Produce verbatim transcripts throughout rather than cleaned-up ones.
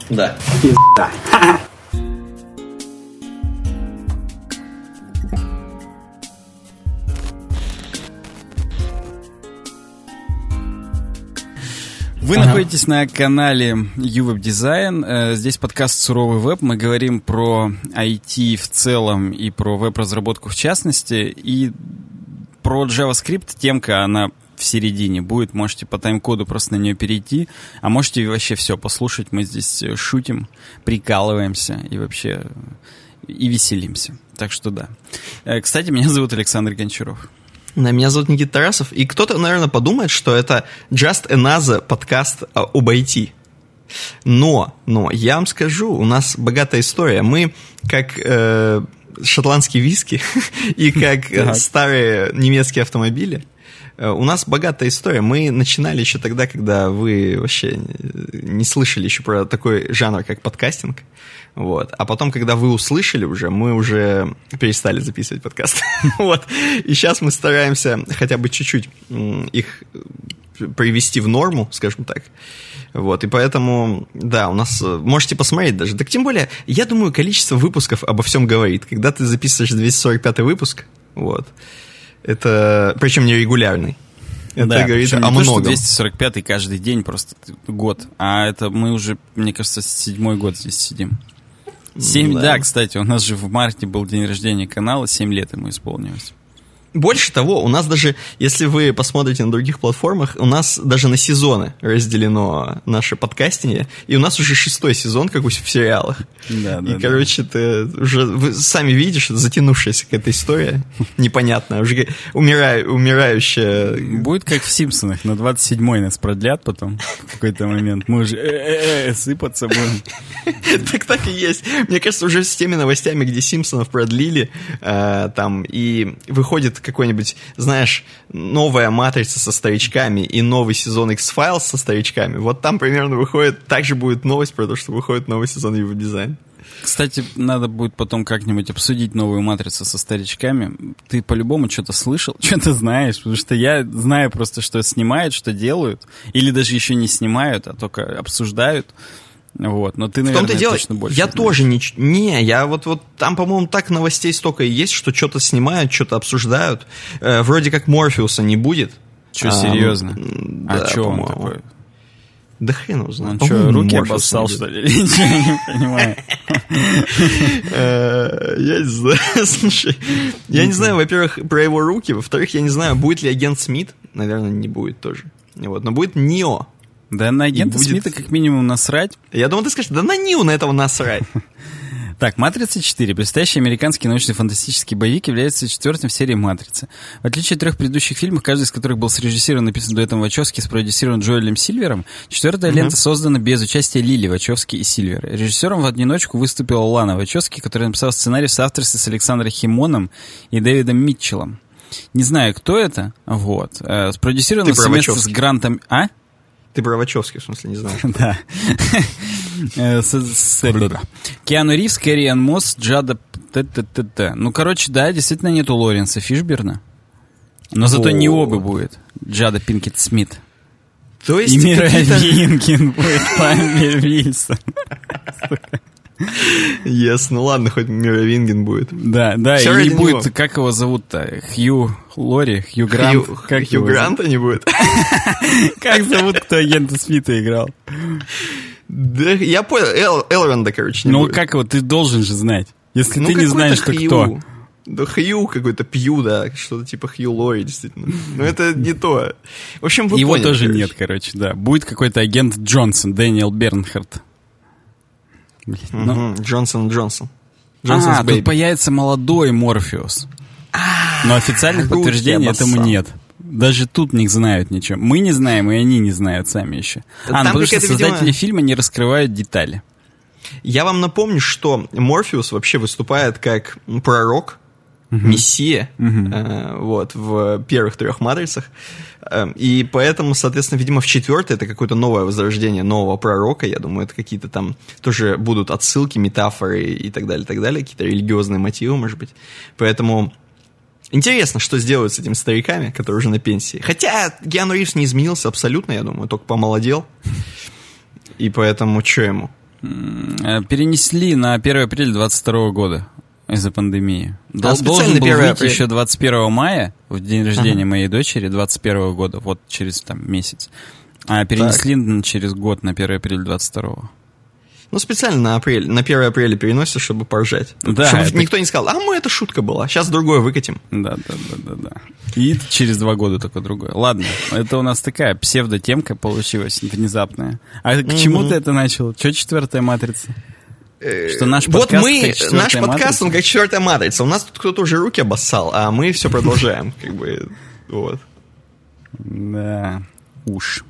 Да. Пизда. Вы ага. находитесь на канале YouWeb Design. Здесь подкаст «Суровый веб». Мы говорим про ай ти в целом и про веб-разработку в частности. И про JavaScript темка, она в середине будет. Можете по тайм-коду просто на нее перейти. А можете вообще все послушать. Мы здесь шутим, прикалываемся и вообще и веселимся. Так что да. Кстати, меня зовут Александр Гончаров. Меня зовут Никита Тарасов, и кто-то, наверное, подумает, что это Just Another подкаст об ай ти. Но, но, я вам скажу, у нас богатая история. Мы, как э, шотландские виски и как э, старые немецкие автомобили, э, у нас богатая история. Мы начинали еще тогда, когда вы вообще не слышали еще про такой жанр, как подкастинг. Вот. А потом, когда вы услышали уже, мы уже перестали записывать подкаст. Вот. И сейчас мы стараемся хотя бы чуть-чуть их привести в норму, скажем так. Вот. И поэтому, да, у нас... Можете посмотреть даже. Так тем более, я думаю, количество выпусков обо всем говорит. Когда ты записываешь двести сорок пятый выпуск, вот, это... Причем нерегулярный. Это да, говорит о не многом. То, что двести сорок пятый каждый день, просто год. А это мы уже, мне кажется, седьмой год здесь сидим. Семь, да. да, кстати, у нас же в марте был день рождения канала, семь лет ему исполнилось. Больше того, у нас даже, если вы посмотрите на других платформах, у нас даже на сезоны разделено наше подкастинг, и у нас уже шестой сезон, как в сериалах. Да, да, и, короче, да. это уже, вы сами видите, затянувшаяся какая-то история, непонятная, уже умираю, умирающая. Будет как в «Симпсонах», на двадцать седьмой нас продлят потом в какой-то момент, мы уже э-э-э, сыпаться будем. Так так и есть. Мне кажется, уже с теми новостями, где «Симпсонов» продлили, там, и выходит какой-нибудь, знаешь, новая «Матрица» со старичками и новый сезон X-Files со старичками, вот там примерно выходит, также будет новость про то, что выходит новый сезон YouWeb Design. Кстати, надо будет потом как-нибудь обсудить новую «Матрицу» со старичками. Ты по-любому что-то слышал, что-то знаешь, потому что я знаю просто, что снимают, что делают, или даже еще не снимают, а только обсуждают. Вот, но ты, наверное, в том-то дело, точно больше я знаешь. тоже не... Не, я вот, вот там, по-моему, так новостей столько и есть, что что-то снимают, что-то обсуждают. Э, вроде как Морфеуса не будет. Что, серьезно? А, да, а что он по-моему. такой? Да хрен его знает. Он что, руки обоссал, что ли? Я не понимаю. Я не знаю, слушай. Я не знаю, во-первых, про его руки. Во-вторых, я не знаю, будет ли агент Смит. Наверное, не будет тоже. Вот, но будет Нео. Да на агента будет... Смита как минимум насрать. Я думал, ты скажешь, да на Нью на этого насрать. Так, «Матрица четыре». Предстоящий американский научно-фантастический боевик является четвертым в серии «Матрицы». В отличие от трех предыдущих фильмов, каждый из которых был срежиссирован и написан дуэтом Вачовски и спродюсирован Джоэлем Сильвером, четвертая mm-hmm. лента создана без участия Лили Вачовски и Сильвера. Режиссером в одиночку выступила Лана Вачовски, которая написала сценарий в соавторстве с Александром Химоном и Дэвидом Митчеллом. Не знаю, кто это, вот. Спродюсирован совместно с Грантом... А? Ты про Вачовски, в смысле, не знаю. Да. Киану Ривз, Кэрри Энн Мосс, Джада... Ну, короче, да, действительно нету Лоренса Фишберна. Но зато не оба будет. Джада Пинкет Смит. То есть... И Мира Винкин будет Памель Вильсон. Yes, ну ладно, хоть Мира Винген будет. Да, да, все и не будет, него. Как его зовут-то? Хью Лори, Хью Грант. Хью, как Хью Гранта зовут? Не будет. Как зовут, кто агента Смита играл? Да, я понял, Эл, Элронда, короче, не ну, будет. Ну, как его, ты должен же знать. Если ну, ты не знаешь, то Хью. кто. Да Хью какой-то, Пью, да, что-то типа Хью Лори, действительно. Но это не то. В общем, вы Его поняли, тоже короче. нет, короче, да. Будет какой-то агент Джонсон, Дэниел Бернхард. Блин, ну. Джонсон Джонсон. А, тут появится молодой Морфеус. Но официальных подтверждений этому нет. Даже тут не знают ничего. Мы не знаем, и они не знают сами еще. А, ну потому что создатели видимо... фильма не раскрывают детали. Я вам напомню, что Морфеус вообще выступает как пророк, uh-huh. мессия, uh-huh. э, вот, в первых трех матрицах. Э, и поэтому, соответственно, видимо, в четвертой это какое-то новое возрождение нового пророка. Я думаю, это какие-то там тоже будут отсылки, метафоры и так далее, так далее. Какие-то религиозные мотивы, может быть. Поэтому интересно, что сделают с этими стариками, которые уже на пенсии. Хотя Киану Ривз не изменился абсолютно, я думаю, только помолодел. И поэтому что ему? Перенесли на первое апреля двадцать второго года из-за пандемии. А Должен был выйти апреля. еще двадцать первого мая, в день рождения ага. моей дочери, двадцать первого года, вот через там месяц. А перенесли так. через год на первое апреля двадцать второго. Ну, специально на апрель, на первое апреля переносят, чтобы поржать. Да, чтобы это... никто не сказал, а мы, это шутка была, сейчас другое выкатим. Да, да, да, да, да. И через два года такое другое. Ладно, это у нас такая псевдотемка получилась внезапная. А к чему mm-hmm. ты это начал? Че четвертая матрица? Что наш вот подкаст мы, как наш подкаст, матрица? Он как четвертая матрица. У нас тут кто-то уже руки обоссал, а мы все продолжаем. Как бы, вот. Да, уж.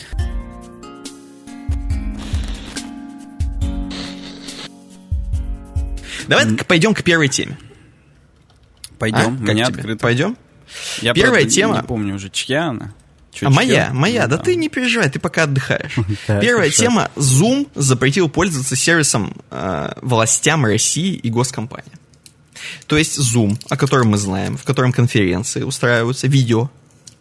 Давай mm. пойдем к первой теме. Пойдем, а? у меня открыто. Пойдем? Я Первая правда, тема... не помню уже, чья она. Чё, а чья? моя, моя, ну, да, да ты не переживай, ты пока отдыхаешь. Первая тема. Zoom запретил пользоваться сервисом э, властям России и госкомпаниям. То есть Zoom, о котором мы знаем, в котором конференции устраиваются, видео,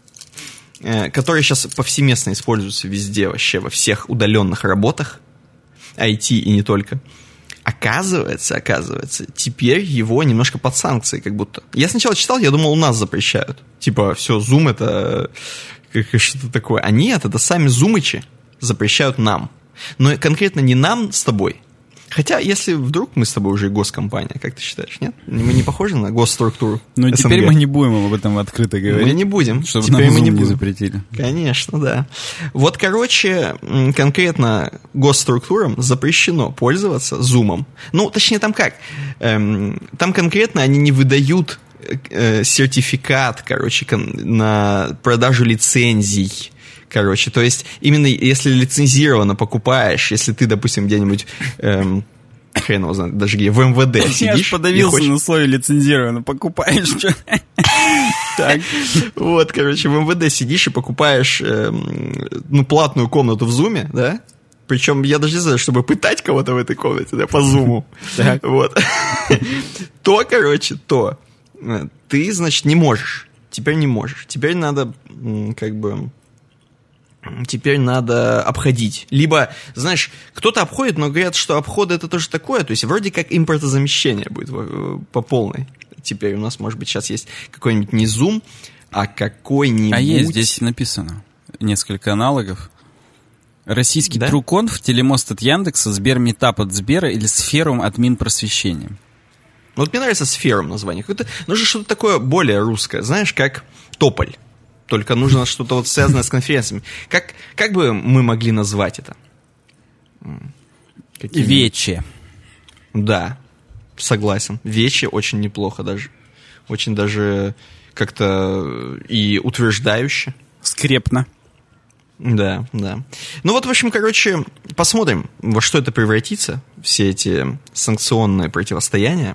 э, которые сейчас повсеместно используются везде, вообще во всех удаленных работах, ай ти и не только. Оказывается, оказывается, теперь его немножко под санкции, как будто. Я сначала читал, я думал, у нас запрещают. Типа, все, Zoom это что-то такое. А нет, это сами зумычи запрещают нам. Но конкретно не нам с тобой. Хотя, если вдруг мы с тобой уже и госкомпания, как ты считаешь, нет? Мы не похожи на госструктуру? Ну, теперь мы не будем об этом открыто говорить. Мы не будем. Чтобы теперь нам мы Zoom не, не будем. запретили. Конечно, да. Вот, короче, конкретно госструктурам запрещено пользоваться Zoom. Ну, точнее, там как? Эм, там конкретно они не выдают э, сертификат, короче, на продажу лицензий. Короче, то есть, именно если лицензированно покупаешь, если ты, допустим, где-нибудь, эм, хрен его знает, даже где, в эм вэ дэ сидишь... Я ж подавился хочешь... на слове лицензированно, покупаешь что? Так. Вот, короче, в эм вэ дэ сидишь и покупаешь, ну, платную комнату в Zoom, да? Причем я даже не знаю, чтобы пытать кого-то в этой комнате, да, по Zoom. Вот. То, короче, то ты, значит, не можешь. Теперь не можешь. Теперь надо, как бы... Теперь надо обходить. Либо, знаешь, кто-то обходит, но говорят, что обходы это тоже такое. То есть вроде как импортозамещение будет по полной. Теперь у нас, может быть, сейчас есть какой-нибудь не Zoom, а какой-нибудь... А есть, здесь написано несколько аналогов. Российский да? Труконф, Телемост от Яндекса, Сберметап от Сбера или Сферум от Минпросвещения. Вот мне нравится Сферум название. Какое-то, нужно что-то такое более русское. Знаешь, как Тополь. Только нужно что-то вот связанное с конференциями. Как, как бы мы могли назвать это? Какими? Вече. Да, согласен. Вече очень неплохо даже. Очень даже как-то и утверждающе. Скрепно. Да, да. Ну вот, в общем, короче, посмотрим, во что это превратится, все эти санкционные противостояния.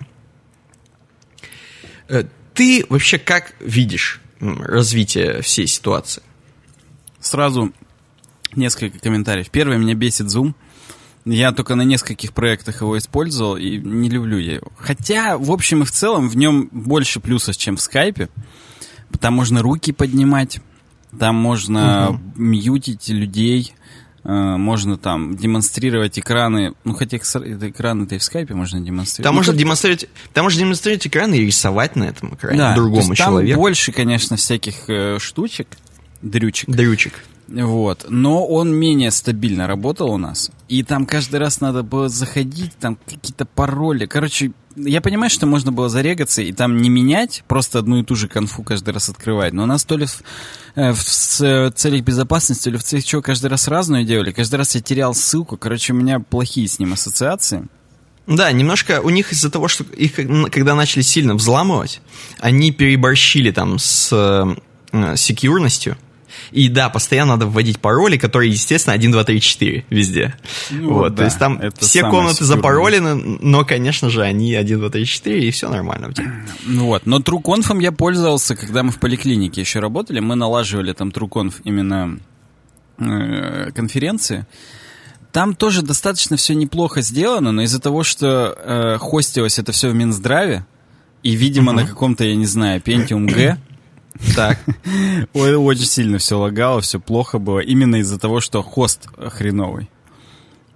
Ты вообще как видишь развитие всей ситуации? Сразу несколько комментариев. Первое, меня бесит Zoom. Я только на нескольких проектах его использовал, и не люблю я его. Хотя, в общем и в целом, в нем больше плюсов, чем в скайпе. Там можно руки поднимать, там можно угу. мьютить людей, можно там демонстрировать экраны. Ну, хотя экраны-то и в скайпе можно демонстрировать. Там, ну, можно, как... демонстрировать, там можно демонстрировать экраны и рисовать на этом экране да, другому человеку. Там больше, конечно, всяких э, штучек, дрючек. Дрючек. Вот. Но он менее стабильно работал у нас. И там каждый раз надо было заходить, там какие-то пароли. Короче, я понимаю, что можно было зарегаться и там не менять, просто одну и ту же конфу каждый раз открывать. Но у нас то ли в, в, в целях безопасности, то ли в целях чего каждый раз разную делали. Каждый раз я терял ссылку. Короче, у меня плохие с ним ассоциации. Да, немножко у них из-за того, что их когда начали сильно взламывать, они переборщили там с э, секьюрностью. И да, постоянно надо вводить пароли, которые, естественно, один, два, три, четыре везде. Ну, вот, да, то есть там все комнаты запаролены, но, конечно же, они один, два, три, четыре, и все нормально у тебя. Вот, но TrueConf я пользовался, когда мы в поликлинике еще работали, мы налаживали там TrueConf именно э, конференции. Там тоже достаточно все неплохо сделано, но из-за того, что э, хостилось это все в Минздраве, и, видимо, uh-huh. на каком-то, я не знаю, Pentium G, так. Ой, очень сильно все лагало, все плохо было. Именно из-за того, что хост хреновый.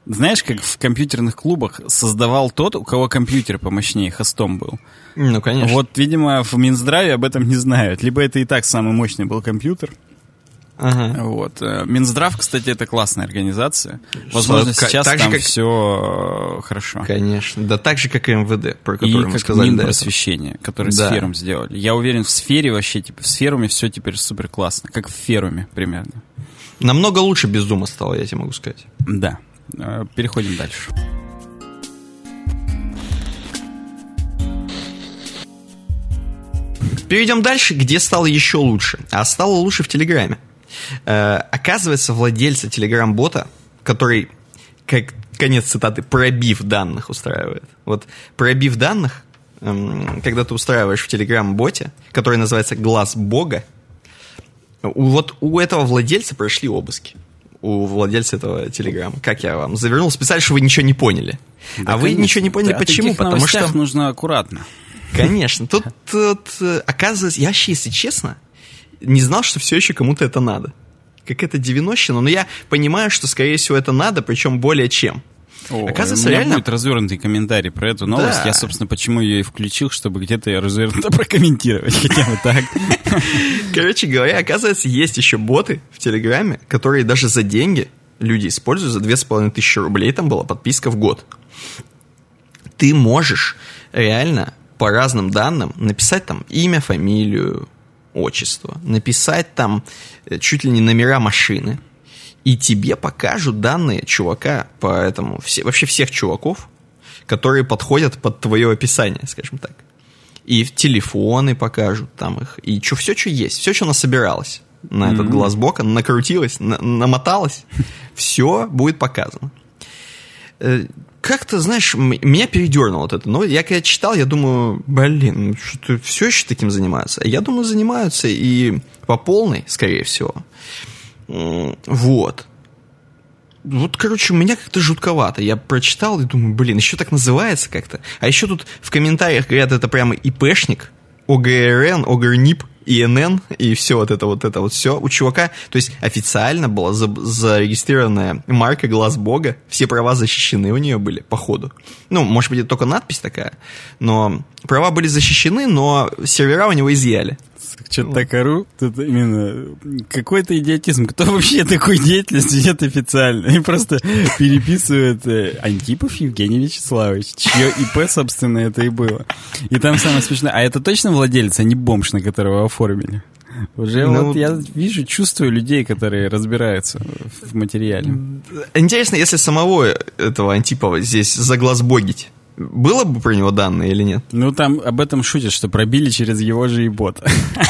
Знаешь, как в компьютерных клубах создавал тот, у кого компьютер помощнее хостом был? Ну, конечно. Вот, видимо, в Минздраве об этом не знают. Либо это и так самый мощный был компьютер. Ага. Вот. Минздрав, кстати, это классная организация. Возможно, Что, сейчас так там как... все хорошо. Конечно. Да так же, как и МВД, про который и мы как сказали. И Минпросвещение, который да. с Ферум сделали. Я уверен, в сфере вообще, типа, в Феруме все теперь супер классно. Как в Феруме примерно. Намного лучше без Дума стало, я тебе могу сказать. Да. Переходим дальше. Перейдем дальше, где стало еще лучше. А стало лучше в Телеграме. Э, оказывается, владельца Телеграм-бота, который, как конец цитаты, пробив данных устраивает. Вот пробив данных, э, когда ты устраиваешь в Телеграм-боте, который называется «Глаз Бога», у, вот у этого владельца прошли обыски. У владельца этого Телеграма. Как я вам завернул специально, что вы ничего не поняли. Да, а вы конечно. Ничего не поняли, да, почему? Потому что нужно аккуратно. Конечно. Тут, тут, оказывается, я вообще, если честно, не знал, что все еще кому-то это надо. Какая-то девяностщина, но я понимаю, что, скорее всего, это надо, причем более чем. О, оказывается, у меня реально будет развернутый комментарий про эту новость. Да. Я, собственно, почему ее и включил, чтобы где-то ее развернуто прокомментировать, хотя бы так. Короче говоря, оказывается, есть еще боты в Телеграме, которые даже за деньги люди используют, за две с половиной тысячи рублей там была подписка в год. Ты можешь реально по разным данным написать там имя, фамилию, отчество, написать там чуть ли не номера машины, и тебе покажут данные чувака по этому, все, вообще всех чуваков, которые подходят под твое описание, скажем так. И телефоны покажут там их, и чё, все, что есть, все, что насобиралось на mm-hmm. этот глаз бока, накрутилось, на, намоталось, все будет показано. Как-то, знаешь, меня передернуло вот это. Но я когда читал, я думаю, блин, что-то все еще таким занимаются. Я думаю, занимаются и по полной, скорее всего. Вот. Вот, короче, у меня как-то жутковато. Я прочитал и думаю, блин, еще так называется как-то. А еще тут в комментариях говорят, это прямо ИПшник, ОГРН, ОГРНИП, ИНН и все вот это вот это вот все у чувака. То есть официально была за, зарегистрированная марка «Глаз Бога». Все права защищены у нее были, по ходу. Ну, может быть, это только надпись такая. Но права были защищены, но сервера у него изъяли. Что-то так ору, тут именно какой-то идиотизм. Кто вообще такой деятельность ведет официально? И просто переписывает э, Антипов Евгений Вячеславович, чье ИП, собственно, это и было. И там самое смешное, а это точно владелец, а не бомж, на которого оформили? Уже ну, вот я вижу, чувствую людей, которые разбираются в материале. Интересно, если самого этого Антипова здесь заглазбогить, было бы про него данные или нет? Ну, там об этом шутят, что пробили через его же и бота.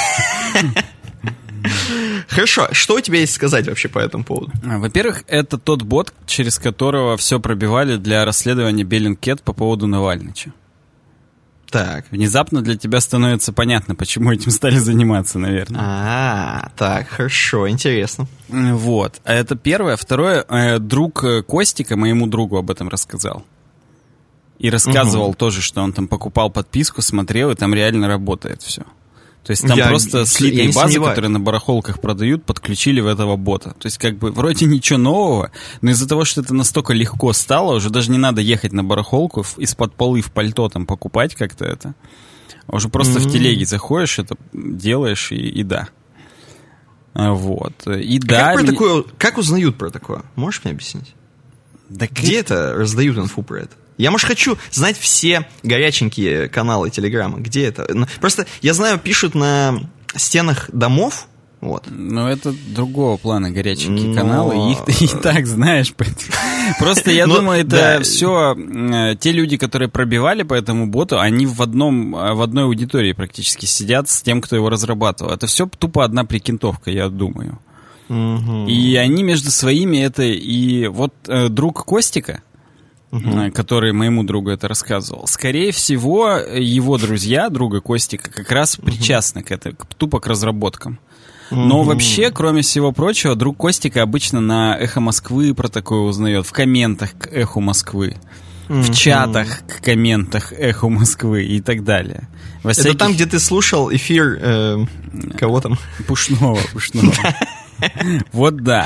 Хорошо, что у тебя есть сказать вообще по этому поводу? Во-первых, это тот бот, через которого все пробивали для расследования Bellingcat по поводу Навальнича. Так. Внезапно для тебя становится понятно, почему этим стали заниматься, наверное. А, так, хорошо, интересно. Вот, а это первое. Второе, друг Костика моему другу об этом рассказал. И рассказывал угу. тоже, что он там покупал подписку, смотрел, и там реально работает все. То есть там я, просто слитые базы, сомневаюсь. Которые на барахолках продают, подключили в этого бота. То есть как бы вроде ничего нового, но из-за того, что это настолько легко стало, уже даже не надо ехать на барахолку, из-под полы в пальто там покупать как-то это. Уже просто mm-hmm. в телеге заходишь, это делаешь, и, и да. Вот. И а да, как, про мне... такое, как узнают про такое? Можешь мне объяснить? Да где как... это раздают инфу про это? Я, может, хочу знать все горяченькие каналы Телеграма. Где это? Просто, я знаю, пишут на стенах домов. Вот. Но это другого плана горяченькие Но... каналы. Их ты и так знаешь. Просто я думаю, это все... Те люди, которые пробивали по этому боту, они в одном в одной аудитории практически сидят с тем, кто его разрабатывал. Это все тупо одна прикинтовка, я думаю. И они между своими это... И вот друг Костика, Uh-huh. который моему другу это рассказывал. Скорее всего, его друзья, друга Костика, как раз uh-huh. причастны к этому, тупо к разработкам. Uh-huh. Но вообще, кроме всего прочего, друг Костика обычно на Эхо Москвы про такое узнает, в комментах к Эху Москвы, uh-huh. в чатах к комментах Эху Москвы и так далее. Во это всяких... там, где ты слушал эфир э, кого там? Пушного, Пушного. Вот да.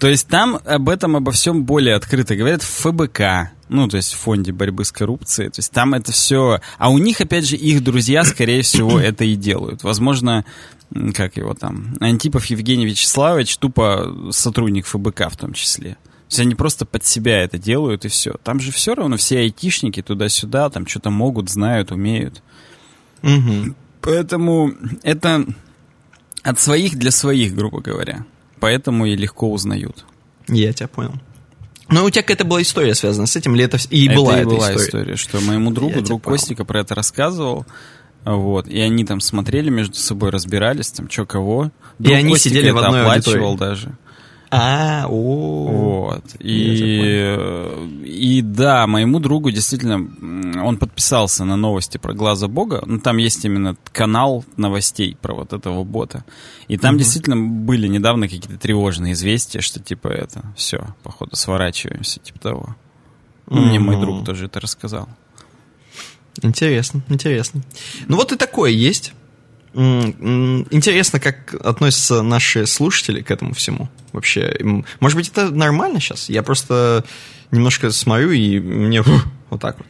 То есть там об этом, обо всем более открыто говорят в эф бэ ка, ну, то есть в Фонде борьбы с коррупцией. То есть там это все... А у них, опять же, их друзья, скорее всего, это и делают. Возможно, как его там, Антипов Евгений Вячеславович, тупо сотрудник эф бэ ка в том числе. То есть они просто под себя это делают, и все. Там же все равно все айтишники туда-сюда, там что-то могут, знают, умеют. Угу. Поэтому это от своих для своих, грубо говоря. Поэтому и легко узнают. Я тебя понял. Но у тебя какая-то была история связана с этим, или это и это была и эта была история? история, что моему другу, Я друг Костика про это рассказывал. Вот, и они там смотрели между собой, разбирались, там, что кого. Друг и они Костика сидели в одной оплачивал аудитории. даже. А, о. Вот. И, и да, моему другу действительно, он подписался на новости про Глаза Бога. Ну, там есть именно канал новостей про вот этого бота. И там угу. действительно были недавно какие-то тревожные известия, что типа это, все, походу, сворачиваемся, типа того. Ну, угу. Мне мой друг тоже это рассказал. Интересно, интересно. Ну вот и такое есть. Интересно, как относятся наши слушатели к этому всему вообще. Может быть, это нормально сейчас? Я просто немножко смотрю, и мне вот так вот.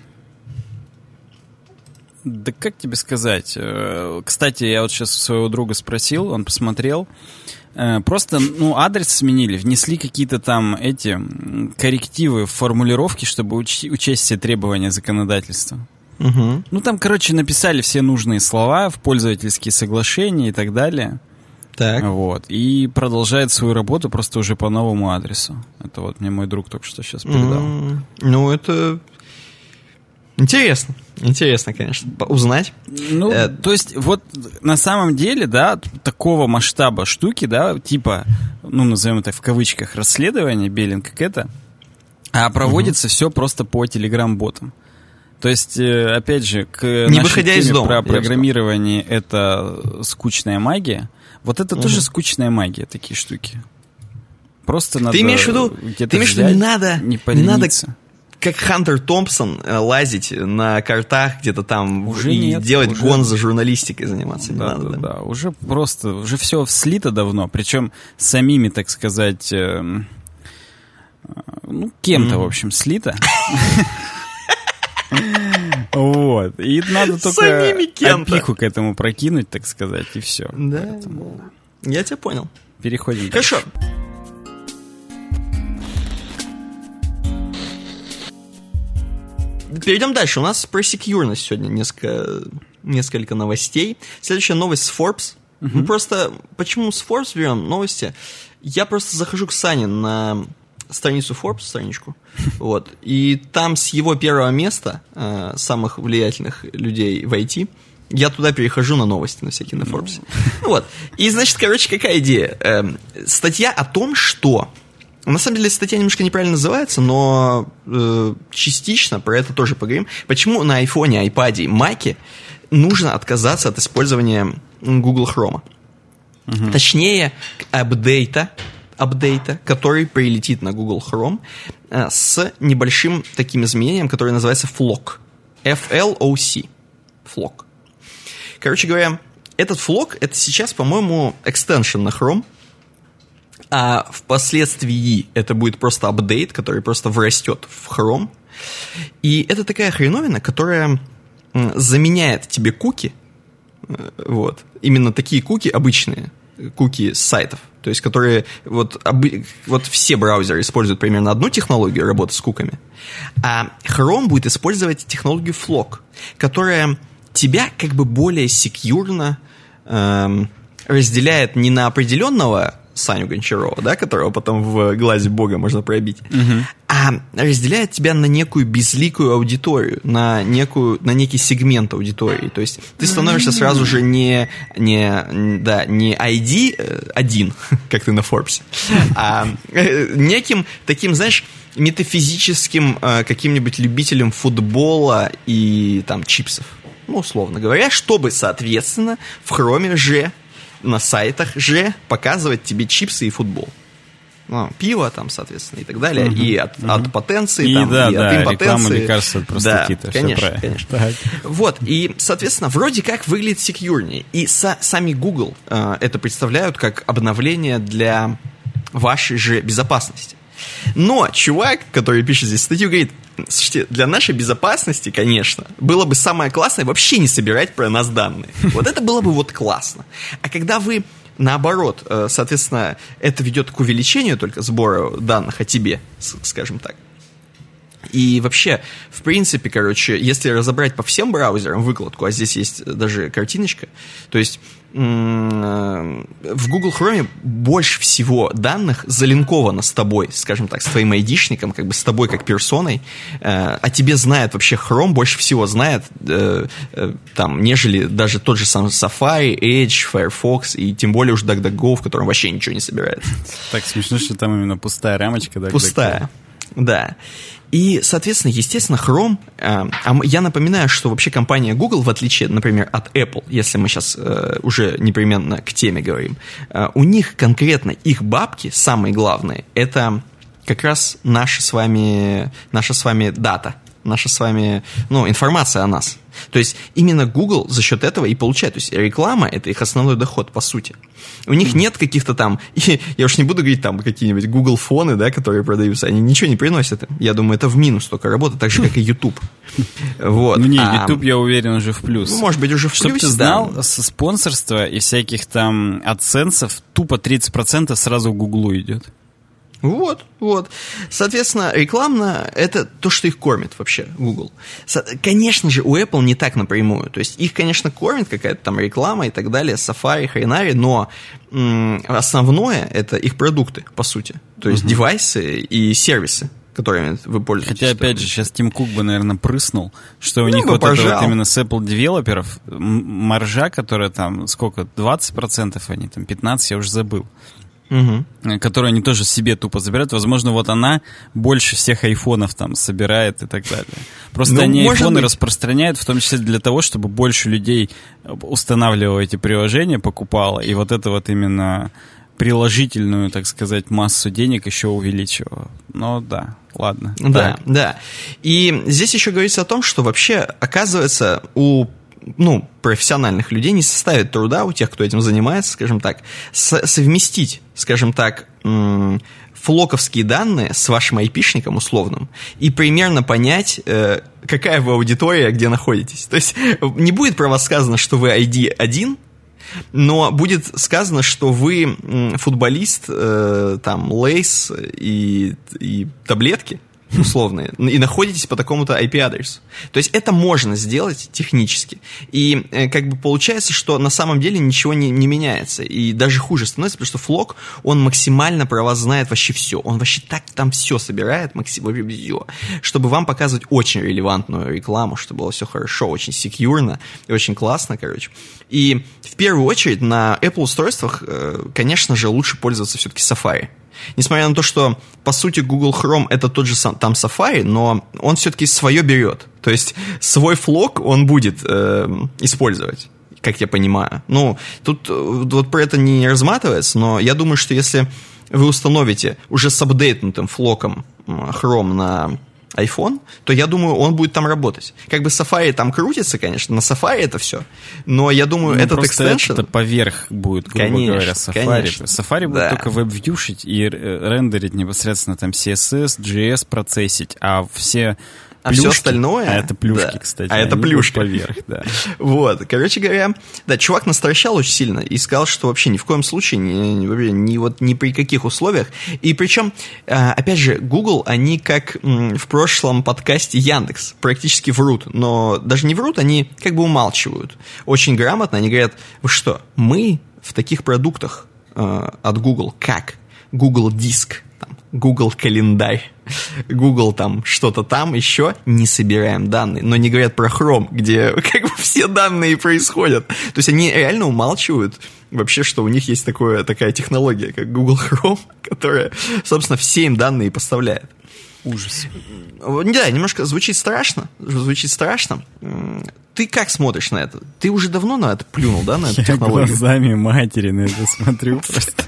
Да как тебе сказать? Кстати, я вот сейчас своего друга спросил, он посмотрел. Просто, ну, адрес сменили, внесли какие-то там эти коррективы в формулировки, чтобы уч- учесть все требования законодательства. Угу. Ну, там, короче, написали все нужные слова в пользовательские соглашения и так далее. Так. Вот. И продолжает свою работу просто уже по новому адресу. Это вот мне мой друг только что сейчас передал. Mm, ну, это интересно. Интересно, конечно, узнать. Ну, э... то есть, вот на самом деле, да, такого масштаба штуки, да, типа, ну, назовем это в кавычках, расследование Bellingcat это, а проводится угу. все просто по телеграм-ботам. То есть, опять же, к не выходя из дома, про программирование это скучная магия. Вот это угу. тоже скучная магия, такие штуки. Просто надо. Ты имеешь в виду, ты имеешь в виду, не надо, не, не надо, как Хантер Томпсон, лазить на картах где-то там уже и нет, делать уже... гон за журналистикой заниматься. Не да, надо, да, да, да, уже просто, уже все слито давно, причем самими, так сказать, э, ну, кем-то, mm. в общем, слито. Вот. И надо только опику к этому прокинуть, так сказать, и все. Да. Поэтому... Я тебя понял. Переходим. Хорошо. Перейдем дальше. У нас про секьюрность сегодня несколько, несколько новостей. Следующая новость с Forbes. Uh-huh. Мы просто... Почему с Forbes берем новости? Я просто захожу к Сане на... страницу Forbes, страничку, вот, и там с его первого места э, самых влиятельных людей в ай ти я туда перехожу на новости на всякие на Forbes. Ну, вот, и, значит, короче, какая идея? Э, статья о том, что... На самом деле, статья немножко неправильно называется, но э, частично про это тоже поговорим. Почему на айфоне, айпаде, маке нужно отказаться от использования Google Chrome? Угу. Точнее, апдейта, апдейта, который прилетит на Google Chrome э, с небольшим таким изменением, которое называется флок. эф эл о си. Флок. Короче говоря, этот флок, это сейчас, по-моему, экстеншн на Chrome, а впоследствии это будет просто апдейт, который просто врастет в Chrome. И это такая хреновина, которая э, заменяет тебе куки, э, вот, именно такие куки обычные, куки с сайтов, то есть которые вот, обы, вот все браузеры используют примерно одну технологию работы с куками, а Chrome будет использовать технологию Flock, которая тебя как бы более секьюрно эм, разделяет не на определенного Саню Гончарова, да, которого потом в глазе Бога можно пробить, uh-huh. а разделяет тебя на некую безликую аудиторию, на, некую, на некий сегмент аудитории. То есть ты становишься сразу же не, не, да, не ай ди один, как ты на Forbes, а неким таким, знаешь, метафизическим каким-нибудь любителем футбола и там чипсов, ну, условно говоря, чтобы, соответственно, в Хроме же на сайтах же показывать тебе чипсы и футбол. Ну, пиво там, соответственно, и так далее. Угу, и от, угу. от потенции, и, там, да, и да, от импотенции. Реклама лекарств от простатита. Да, конечно, конечно. Так. Вот, и, соответственно, вроде как выглядит секьюрнее. И со, сами Google э, это представляют как обновление для вашей же безопасности. Но чувак, который пишет здесь статью, говорит, слушайте, для нашей безопасности, конечно, было бы самое классное вообще не собирать про нас данные. Вот это было бы вот классно. А когда вы, наоборот, соответственно, это ведет к увеличению только сбора данных о тебе, скажем так. И вообще, в принципе, короче, если разобрать по всем браузерам выкладку, а здесь есть даже картиночка, то есть в Google Chrome больше всего данных залинковано с тобой, скажем так, с твоим айдишником, как бы с тобой как персоной, о тебе знает вообще Chrome, больше всего знает, там, нежели даже тот же сам Safari, Edge, Firefox и тем более уж DuckDuckGo, в котором вообще ничего не собирается. Так смешно, что там именно пустая рамочка. DuckDuckGo. Пустая, да. И, соответственно, естественно, Chrome, э, а я напоминаю, что вообще компания Google, в отличие, например, от Apple, если мы сейчас э, уже непременно к теме говорим, э, у них конкретно их бабки, самые главные, это как раз наша с вами, наша с вами дата, наша с вами, ну, информация о нас. То есть именно Google за счет этого и получает. То есть реклама – это их основной доход, по сути. У них нет каких-то там, я уж не буду говорить там какие-нибудь Google фоны, да, которые продаются, они ничего не приносят им. Я думаю, это в минус только работа, так же, как и YouTube. Вот. Ну не, YouTube, а, я уверен, уже в плюс. Ну, может быть, уже в Чтоб плюс, ты знал, да. Со спонсорства и всяких там адсенсов тупо тридцать процентов сразу Гуглу идет. Вот, вот. Соответственно, рекламно – это то, что их кормит вообще Google. Конечно же, у Apple не так напрямую. То есть их, конечно, кормит какая-то там реклама и так далее, Safari, хренари, но м- основное – это их продукты, по сути. То есть uh-huh. девайсы и сервисы, которыми вы пользуетесь. Хотя, опять же, сейчас Тим Кук бы, наверное, прыснул, что у ну, них вот это вот именно с Apple девелоперов маржа, которая там, сколько, двадцать процентов они, там пятнадцать процентов, я уже забыл. Угу. Которую они тоже себе тупо забирают. Возможно, вот она больше всех айфонов там собирает и так далее. Просто ну, они айфоны быть. распространяют, в том числе для того, чтобы больше людей устанавливало эти приложения, покупало, и вот это вот именно приложительную, так сказать, массу денег еще увеличивало. Ну да, ладно. Да, так. да. И здесь еще говорится о том, что вообще, оказывается, у ну, профессиональных людей не составит труда, у тех, кто этим занимается, скажем так, с- совместить, скажем так, м- флоковские данные с вашим айпишником условным и примерно понять, э- какая вы аудитория, где находитесь. То есть не будет про вас сказано, что вы ай ди один, но будет сказано, что вы м- футболист, э- там, лейс и, и таблетки, условные, и находитесь по такому-то ай пи-адресу. То есть это можно сделать технически. И э, как бы получается, что на самом деле ничего не, не меняется. И даже хуже становится, потому что флок, он максимально про вас знает вообще все. Он вообще так там все собирает, максимально все, чтобы вам показывать очень релевантную рекламу, чтобы было все хорошо, очень секьюрно и очень классно, короче. И в первую очередь на Apple устройствах, э, конечно же, лучше пользоваться все-таки Safari. Несмотря на то, что, по сути, Google Chrome это тот же сам, там Safari, но он все-таки свое берет. То есть свой флок он будет э, использовать, как я понимаю. Ну, тут вот про это не разматывается, но я думаю, что если вы установите уже с апдейтнутым флоком Chrome на iPhone, то я думаю, он будет там работать. Как бы Safari там крутится, конечно, на Safari это все, но я думаю, ну, этот экстеншн... это поверх будет, грубо конечно, говоря, Safari. Конечно. Safari будет да. только веб-вьюшить и рендерить непосредственно там си эс эс, джей эс процессить, а все... А плюшки, все остальное... А это плюшки, да. кстати. А это плюшки. Поверх, да. Вот, короче говоря, да, чувак настращал очень сильно и сказал, что вообще ни в коем случае, ни, ни, ни, вот, ни при каких условиях. И причем, опять же, Google, они как в прошлом подкасте Яндекс практически врут, но даже не врут, они как бы умалчивают. Очень грамотно, они говорят, вы что, мы в таких продуктах э, от Google, как Google Диск, Google календарь, Google там что-то там еще, не собираем данные. Но не говорят про Chrome, где как бы все данные происходят. То есть они реально умалчивают вообще, что у них есть такое, такая технология, как Google Chrome, которая, собственно, все им данные поставляет. Ужас. Да, немножко звучит страшно. Звучит страшно. Ты как смотришь на это? Ты уже давно на это плюнул, да, на эту Я технологию? Я глазами матери на это смотрю просто.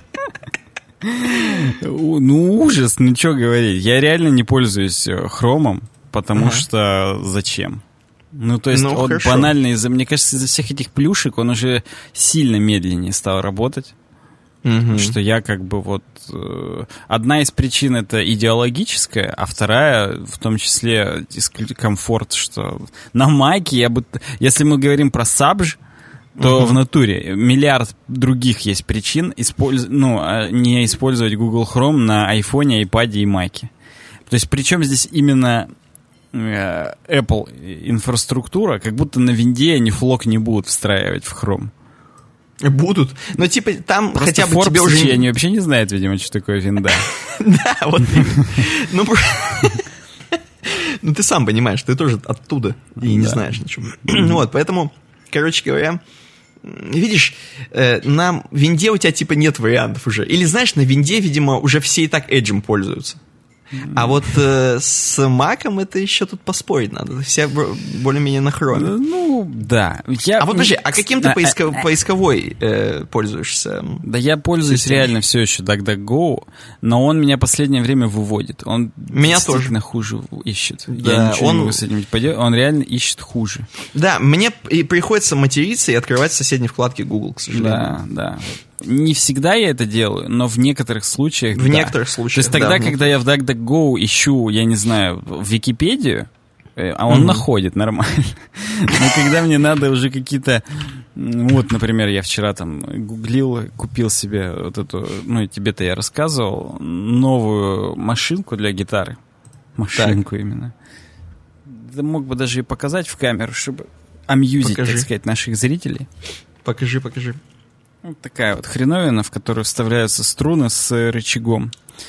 Ну, ужас, ну что говорить. Я реально не пользуюсь хромом, потому ага. что зачем? Ну, то есть, ну, он банально, из-за, мне кажется, из-за всех этих плюшек он уже сильно медленнее стал работать. Mm-hmm. Что я как бы вот... Э, одна из причин это идеологическая, а вторая в том числе комфорт, что на Маке я бы... Если мы говорим про Сабж, то mm-hmm. в натуре миллиард других есть причин использ... ну, не использовать Google Chrome на айфоне, айпаде и Маке. То есть причем здесь именно э, Apple инфраструктура, как будто на винде они флок не будут встраивать в Chrome. Будут. Но типа там просто хотя бы Forbes тебе уже... они вообще не знают, видимо, что такое винда. Да, вот. Ну, ну, ты сам понимаешь, ты тоже оттуда и не знаешь ничего. Вот, поэтому, короче говоря, видишь, на винде у тебя типа нет вариантов уже. Или знаешь, на винде, видимо, уже все и так Edge'ем пользуются. А вот э, с Mac'ом это еще тут поспорить надо. Все более-менее на хроме. Ну, да. Я... А вот подожди, а каким ты поиско... поисковой э, пользуешься? Да я пользуюсь системой? Реально все еще DuckDuckGo, но он меня последнее время выводит. Он меня действительно тоже. хуже ищет. Да, я ничего он... не могу с этим поделать. Он реально ищет хуже. Да, мне приходится материться и открывать соседние вкладки Google, к сожалению. Да, да. Не всегда я это делаю, но в некоторых случаях В да. некоторых случаях, То есть тогда, да, когда я в DuckDuckGo ищу, я не знаю, в Википедию, а он mm-hmm. находит нормально. Но когда мне надо уже какие-то... Вот, например, я вчера там гуглил, купил себе вот эту... Ну, и тебе-то я рассказывал. Новую машинку для гитары. Машинку так. именно. Да мог бы даже и показать в камеру, чтобы амьюзить, покажи. Так сказать, наших зрителей. Покажи, покажи. Вот такая вот хреновина, в которую вставляются струны с рычагом.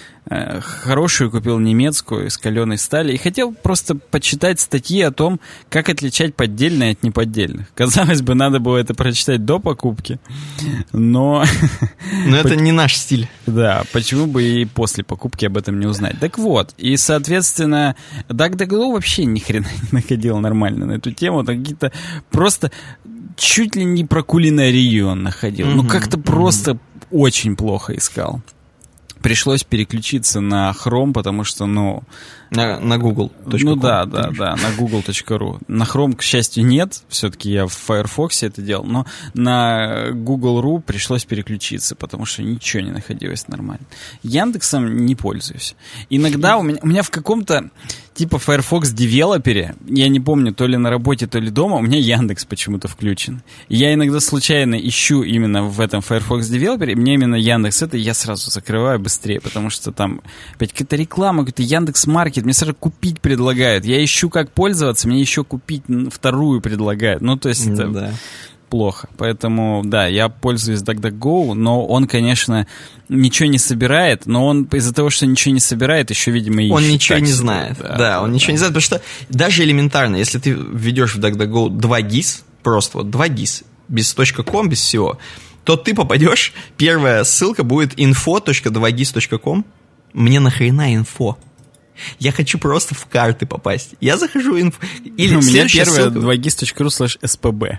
Хорошую купил немецкую из каленой стали и хотел просто почитать статьи о том, как отличать поддельные от неподдельных. Казалось бы, надо было это прочитать до покупки, но... Но это не наш стиль. Да, почему бы и после покупки об этом не узнать. Так вот, и, соответственно, DuckDuckGo вообще ни хрена не находил нормально на эту тему. Там какие-то просто... Чуть ли не про кулинарию он находил. Mm-hmm. Ну, как-то mm-hmm. просто очень плохо искал. Пришлось переключиться на Chrome, потому что, ну... На, на Google. Ну да, да, да, на google точка ру. На Chrome, к счастью, нет. Все-таки я в Firefox это делал. Но на Google точка ру пришлось переключиться, потому что ничего не находилось нормально. Яндексом не пользуюсь. Иногда у меня, у меня в каком-то типа Firefox девелопере, я не помню, то ли на работе, то ли дома, у меня Яндекс почему-то включен. И я иногда случайно ищу именно в этом Firefox девелопере, мне именно Яндекс это, я сразу закрываю быстрее, потому что там опять какая-то реклама, какой-то Яндекс.Маркет, мне сразу купить предлагают. Я ищу, как пользоваться, мне еще купить вторую предлагают. Ну, то есть это да. плохо. Поэтому, да, я пользуюсь DuckDuckGo, но он, конечно, ничего не собирает, но он из-за того, что ничего не собирает, еще, видимо, ищет. Он ничего не себе. знает. Да, да, он да. ничего не знает, потому что даже элементарно, если ты введешь в DuckDuckGo два гис, просто вот два гис, без .com, без всего, то ты попадешь, первая ссылка будет инфо точка два гис точка ком. Мне нахрена инфо? Я хочу просто в карты попасть. Я захожу инфо. Или у меня первая ссылка... два гис точка ру слэш эс пэ бэ.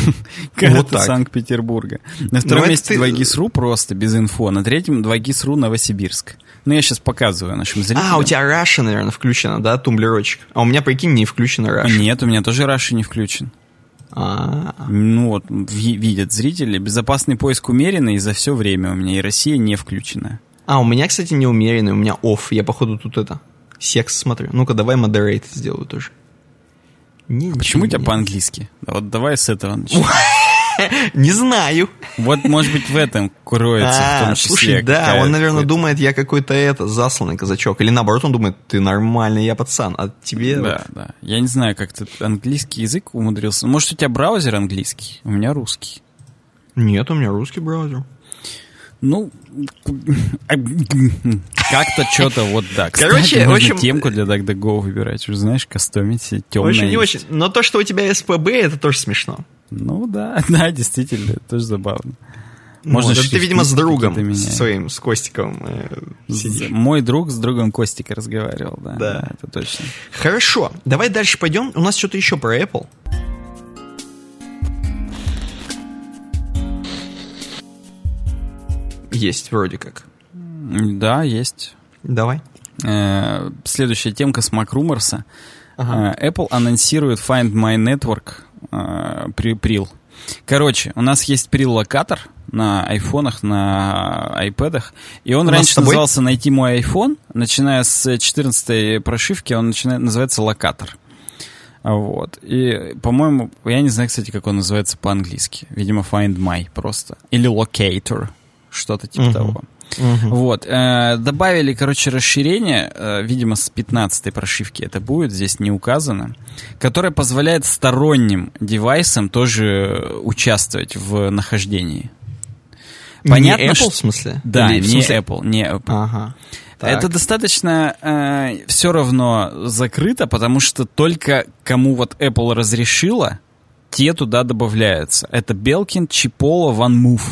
Карта Санкт-Петербурга. На втором месте два гис точка ру просто без инфо. На третьем два гис точка ру Новосибирск. Ну, я сейчас показываю нашим зрителям. А, у тебя Russia, наверное, включена, да, тумблерочек? А у меня, прикинь, не включена Russia. Нет, у меня тоже Russia не включен. А-а-а. Ну вот, видят зрители. Безопасный поиск умеренный, и за все время у меня и Россия не включена. А, у меня, кстати, не умеренный, у меня off. Я, походу, тут это... Секс смотрю. Ну-ка, давай moderate сделаю тоже. Не, а почему у тебя по-английски? Да, вот давай с этого начнем. Не знаю. Вот, может быть, в этом кроется в том числе. Слушай, да, он, наверное, думает, я какой-то это, засланный казачок. Или наоборот, он думает, ты нормальный, я пацан, а тебе... Да, да. Я не знаю, как ты английский язык умудрился. Может, у тебя браузер английский? У меня русский. Нет, у меня русский браузер. Ну, как-то что-то вот да. Кстати, короче, можно в общем... темку для DuckDuckGo выбирать, уже знаешь, кастомить себе темное. Очень не очень. Но то, что у тебя эс пэ бэ, это тоже смешно. Ну да, да, действительно, это тоже забавно. Можно ну, ты, видимо, с другом своим, с Костиком э, сидишь. Мой друг с другом Костика разговаривал, да, да. да, это точно. Хорошо, давай дальше пойдем. У нас что-то еще про Apple. Есть, вроде как. Да, есть. Давай. Э, следующая темка с MacRumors'а. Ага. Э, Apple анонсирует Find My Network э, при прил. Короче, у нас есть прил-локатор на айфонах, на айпэдах. И он раньше назывался «Найти мой iPhone». Начиная с четырнадцатой прошивки он начинает, называется «Локатор». Вот. И, по-моему, я не знаю, кстати, как он называется по-английски. Видимо, Find My просто. Или Locator. Что-то типа uh-huh. того. Uh-huh. Вот. Э, добавили, короче, расширение, э, видимо, с пятнадцатой прошивки это будет, здесь не указано, которое позволяет сторонним девайсам тоже участвовать в нахождении. Понятно, не Apple, что... в смысле? Да, Или, не смысле... Apple, не Apple. Ага. Так. Это достаточно э, все равно закрыто, потому что только кому вот Apple разрешила, те туда добавляются. Это Belkin, Chipola, OneMove.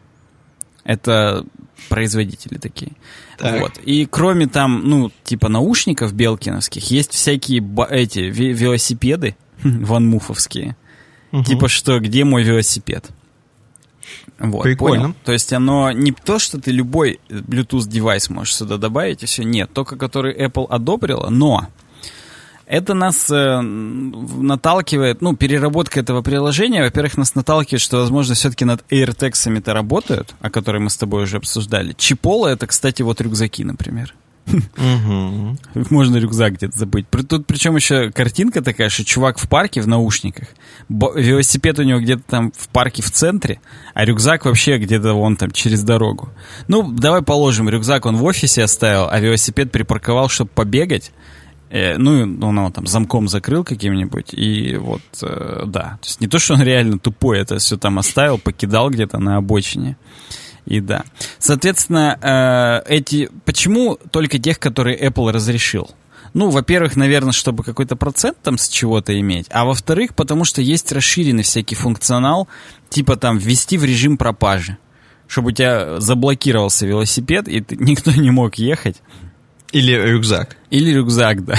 Это производители такие. Так. Вот. И кроме там, ну, типа наушников белкиновских, есть всякие ба- эти ви- велосипеды ванмуфовские. Угу. Типа что, где мой велосипед? Вот, прикольно. Понял? То есть оно не то, что ты любой Bluetooth-девайс можешь сюда добавить, и все. Нет, только который Apple одобрила, но это нас э, наталкивает, ну, переработка этого приложения, во-первых, нас наталкивает, что, возможно, все-таки над AirTags'ами-то работают, о которых мы с тобой уже обсуждали. Chipola — это, кстати, вот рюкзаки, например. Угу. Можно рюкзак где-то забыть. Тут причем еще картинка такая, что чувак в парке в наушниках, велосипед у него где-то там в парке в центре, а рюкзак вообще где-то вон там через дорогу. Ну, давай положим, рюкзак он в офисе оставил, а велосипед припарковал, чтобы побегать. Э, ну, он его там замком закрыл каким-нибудь, и вот, э, да. То есть не то, что он реально тупой, это все там оставил, покидал где-то на обочине. И да. Соответственно, э, эти... Почему только тех, которые Apple разрешил? Ну, во-первых, наверное, чтобы какой-то процент там с чего-то иметь. А во-вторых, потому что есть расширенный всякий функционал, типа там ввести в режим пропажи. Чтобы у тебя заблокировался велосипед, и ты, никто не мог ехать. Или рюкзак. Или рюкзак, да.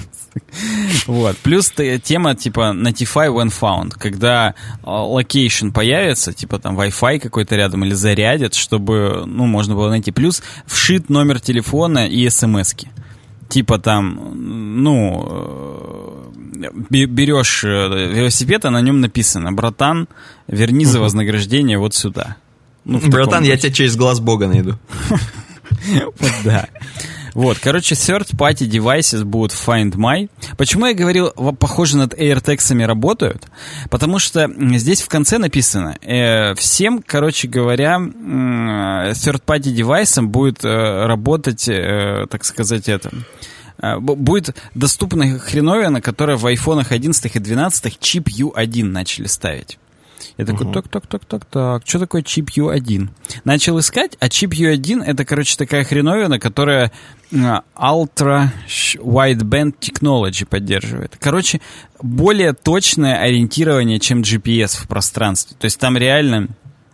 Вот. Плюс тема типа Notify when found, когда локейшн появится, типа там Wi-Fi какой-то рядом или зарядят, чтобы, ну, можно было найти. Плюс вшит номер телефона и смс-ки. Типа там, ну, берешь велосипед, а на нем написано: братан, верни за вознаграждение вот сюда. Ну, братан, я тебя через глаз Бога найду. Вот да. Вот, короче, third-party devices будут Find My. Почему я говорил, похоже, над AirTags'ами работают? Потому что здесь в конце написано, э, всем, короче говоря, э, third-party девайсам будет э, работать, э, так сказать, это... Э, будет доступна хреновина, которая в айфонах одиннадцать и двенадцать чип ю один начали ставить. Я такой, uh-huh. так, так, так, так, так, что такое чип ю один? Начал искать, а чип ю один это, короче, такая хреновина, которая Ultra Wideband Technology поддерживает. Короче, более точное ориентирование, чем джи пи эс в пространстве. То есть там реально...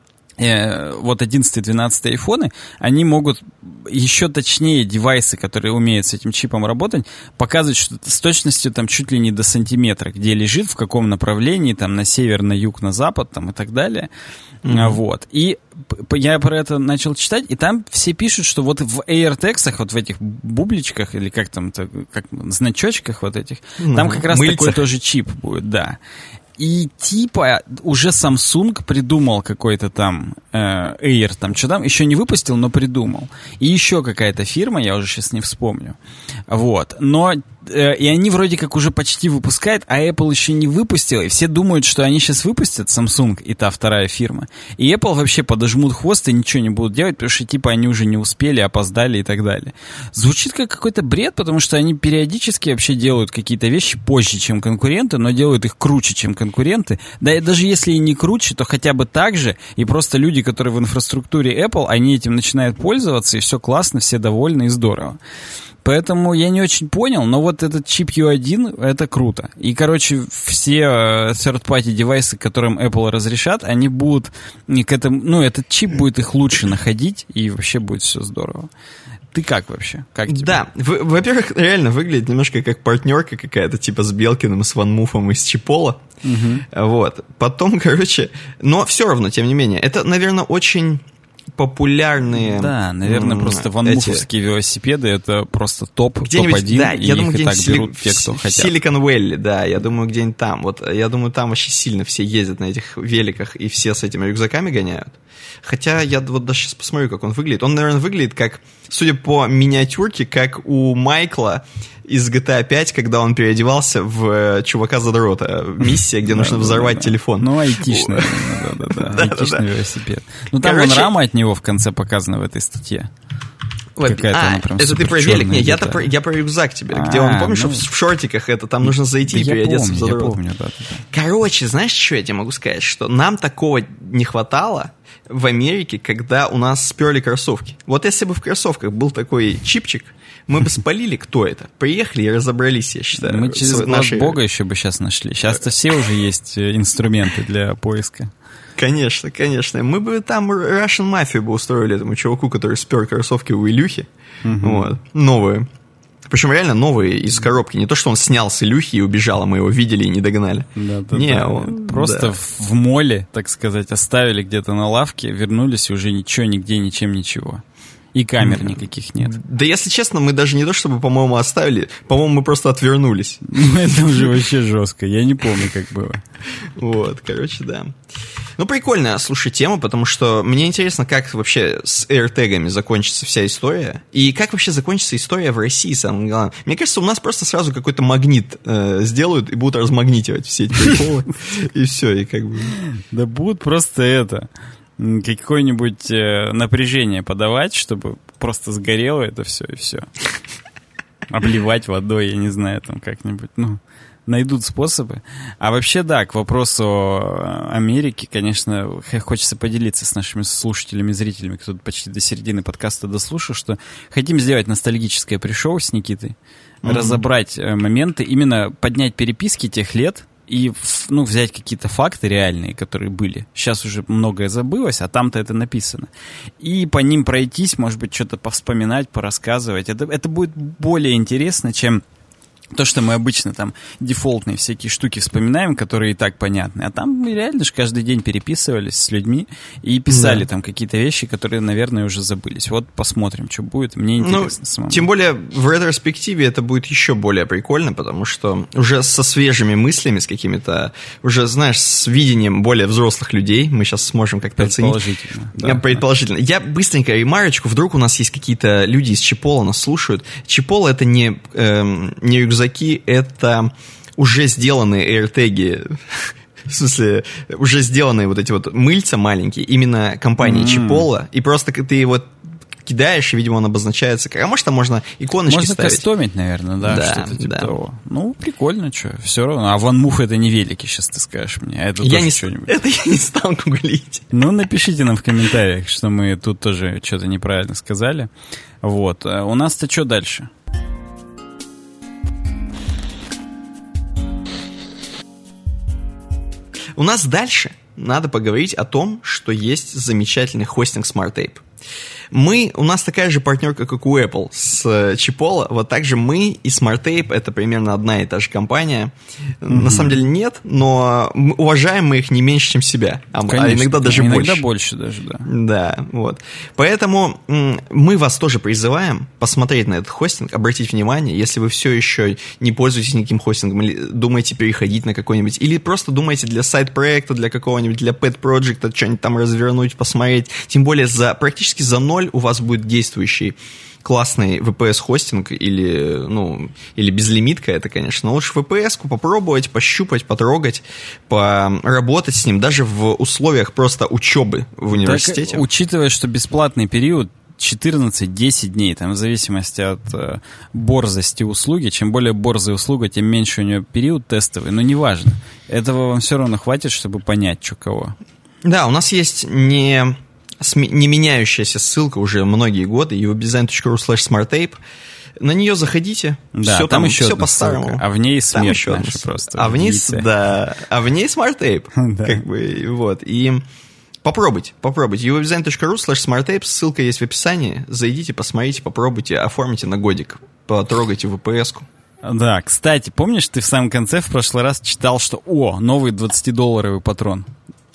Вот одиннадцатый и двенадцатый айфоны, они могут еще точнее девайсы, которые умеют с этим чипом работать, показывать, что с точностью там чуть ли не до сантиметра, где лежит, в каком направлении, там на север, на юг, на запад, там и так далее. Mm-hmm. Вот. И я про это начал читать, и там все пишут, что вот в AirTags'ах, вот в этих бубличках, или как там, как значочках вот этих, mm-hmm. там как раз Мыльцах. Такой тоже чип будет, да. И типа уже Samsung придумал какой-то там э, Air, там что там, еще не выпустил, но придумал. И еще какая-то фирма, я уже сейчас не вспомню. Вот. Но э, и они вроде как уже почти выпускают, а Apple еще не выпустил. И все думают, что они сейчас выпустят, Samsung и та вторая фирма. И Apple вообще подожмут хвост и ничего не будут делать, потому что типа они уже не успели, опоздали и так далее. Звучит как какой-то бред, потому что они периодически вообще делают какие-то вещи позже, чем конкуренты, но делают их круче, чем конкуренты. конкуренты, да и даже если и не круче, то хотя бы так же, и просто люди, которые в инфраструктуре Apple, они этим начинают пользоваться, и все классно, все довольны и здорово. Поэтому я не очень понял, но вот этот чип ю один, это круто. И, короче, все third-party девайсы, которым Apple разрешат, они будут к этому, ну, этот чип будет их лучше находить, и вообще будет все здорово. Ты как вообще? Как тебе? Да, во-первых, реально выглядит немножко как партнерка какая-то, типа с Белкиным, с OneMove и с Chipola. Угу. Вот. Потом, короче, но все равно, тем не менее, это, наверное, очень популярные... Да, наверное, м- просто ванмуфовские эти... велосипеды — это просто топ, топ-один, да, и я их думаю, и так сили... берут те, кто в хотят. Silicon Valley, да, я думаю, где-нибудь там. Вот, я думаю, там вообще сильно все ездят на этих великах, и все с этими рюкзаками гоняют. Хотя я вот даже сейчас посмотрю, как он выглядит. Он, наверное, выглядит как, судя по миниатюрке, как у Майкла из джи ти эй пять, когда он переодевался в чувака-задрота. Миссия, где нужно взорвать телефон. Ну, айтишный, да-да-да, айтишный велосипед. Ну, там вон рама от него в конце показана в этой статье. Какая-то а, она прям это ты про велик? Нет, я, про, я про рюкзак тебе, а, где он, помнишь, ну, в шортиках это, там нужно зайти да и переодеться в задрот. Я помню, да, да, да. Короче, знаешь, что я тебе могу сказать? Что нам такого не хватало в Америке, когда у нас сперли кроссовки. Вот если бы в кроссовках был такой чипчик, мы бы спалили, кто это. Приехали и разобрались, я считаю. Мы через глаз наши... Бога еще бы сейчас нашли. Сейчас-то все уже есть инструменты для поиска. Конечно, конечно. Мы бы там Russian Mafia бы устроили этому чуваку, который спер кроссовки у Илюхи. Uh-huh. Вот. Новые. Причем реально новые из коробки. Не то, что он снял с Илюхи и убежал, а мы его видели и не догнали. Да, да, не, да. Он, просто да. в моле, так сказать, оставили где-то на лавке, вернулись, и уже ничего, нигде, ничем, ничего. И камер mm. никаких нет. Да, если честно, мы даже не то, чтобы, по-моему, оставили. По-моему, мы просто отвернулись. Ну, это уже вообще жестко. Я не помню, как было. Вот, короче, да. Ну, прикольная, слушай, тема, потому что мне интересно, как вообще с AirTag'ами закончится вся история. И как вообще закончится история в России, самое главное. Мне кажется, у нас просто сразу какой-то магнит э, сделают и будут размагнитивать все эти приколы. И все, и как бы... Да будут просто это... какое-нибудь э, напряжение подавать, чтобы просто сгорело это все и все. Обливать водой, я не знаю, там как-нибудь, ну, найдут способы. А вообще, да, к вопросу Америки, конечно, хочется поделиться с нашими слушателями, зрителями, кто почти до середины подкаста дослушал, что хотим сделать ностальгическое пришоу с Никитой, mm-hmm. разобрать моменты, именно поднять переписки тех лет, и, ну, взять какие-то факты реальные, которые были. Сейчас уже многое забылось, а там-то это написано. И по ним пройтись, может быть, что-то повспоминать, порассказывать. Это, это будет более интересно, чем то, что мы обычно там дефолтные всякие штуки вспоминаем, которые и так понятны. А там мы реально же каждый день переписывались с людьми и писали да. там какие-то вещи, которые, наверное, уже забылись. Вот посмотрим, что будет. Мне интересно ну, самому. Тем более в ретроспективе это будет еще более прикольно, потому что уже со свежими мыслями, с какими-то, уже, знаешь, с видением более взрослых людей мы сейчас сможем как-то оценить. Предположительно. Да, Предположительно. Да. Я быстренько ремарочку. Вдруг у нас есть какие-то люди из Чипола нас слушают. Чипола — это не, эм, не рюкзак, это уже сделанные AirTag'и, в смысле, уже сделанные вот эти вот мыльца маленькие, именно компании mm-hmm. Чипола, и просто ты его кидаешь, и, видимо, он обозначается. А может, там можно иконочки можно ставить. Можно кастомить, наверное, да, да что-то типа да. того. Ну, прикольно, что, все равно. А ванмуф — это не велики, сейчас ты скажешь мне, а это я тоже не, что-нибудь. Это я не стал гуглить. Ну, напишите нам в комментариях, что мы тут тоже что-то неправильно сказали. Вот. У нас-то что дальше? У нас дальше надо поговорить о том, что есть замечательный хостинг SmartTape. Мы, у нас такая же партнерка, как у Apple с Чипола, вот так же мы и SmartTape, это примерно одна и та же компания. Mm-hmm. На самом деле нет, но уважаем мы их не меньше, чем себя, а, Конечно, а иногда даже иногда больше. Иногда больше даже, да. Да, вот. Поэтому мы вас тоже призываем посмотреть на этот хостинг, обратить внимание, если вы все еще не пользуетесь никаким хостингом, или думаете переходить на какой-нибудь, или просто думаете для сайт-проекта, для какого-нибудь, для pet-проекта что-нибудь там развернуть, посмотреть. Тем более за, практически за ноль у вас будет действующий классный ви пи эс-хостинг или, ну, или безлимитка это, конечно. Но лучше ви пи эс-ку попробовать, пощупать, потрогать, поработать с ним, даже в условиях просто учебы в университете. Так, учитывая, что бесплатный период четырнадцать-десять дней, там, в зависимости от э, борзости услуги. Чем более борзая услуга, тем меньше у нее период тестовый. Но неважно. Этого вам все равно хватит, чтобы понять, что кого. Да, у нас есть не... не меняющаяся ссылка уже многие годы, uwebdesign.ru slash smarttape. На нее заходите, да, все там, там еще все по-старому. А в ней смерть наша просто. А в ней, да, а в ней SmartTape. Как бы, вот. И попробуйте, попробуйте. uwebdesign.ru slash smarttape, ссылка есть в описании. Зайдите, посмотрите, попробуйте, оформите на годик. Потрогайте ви пи эс-ку. Да, кстати, помнишь, ты в самом конце в прошлый раз читал, что о, новый двадцатидолларовый патрон.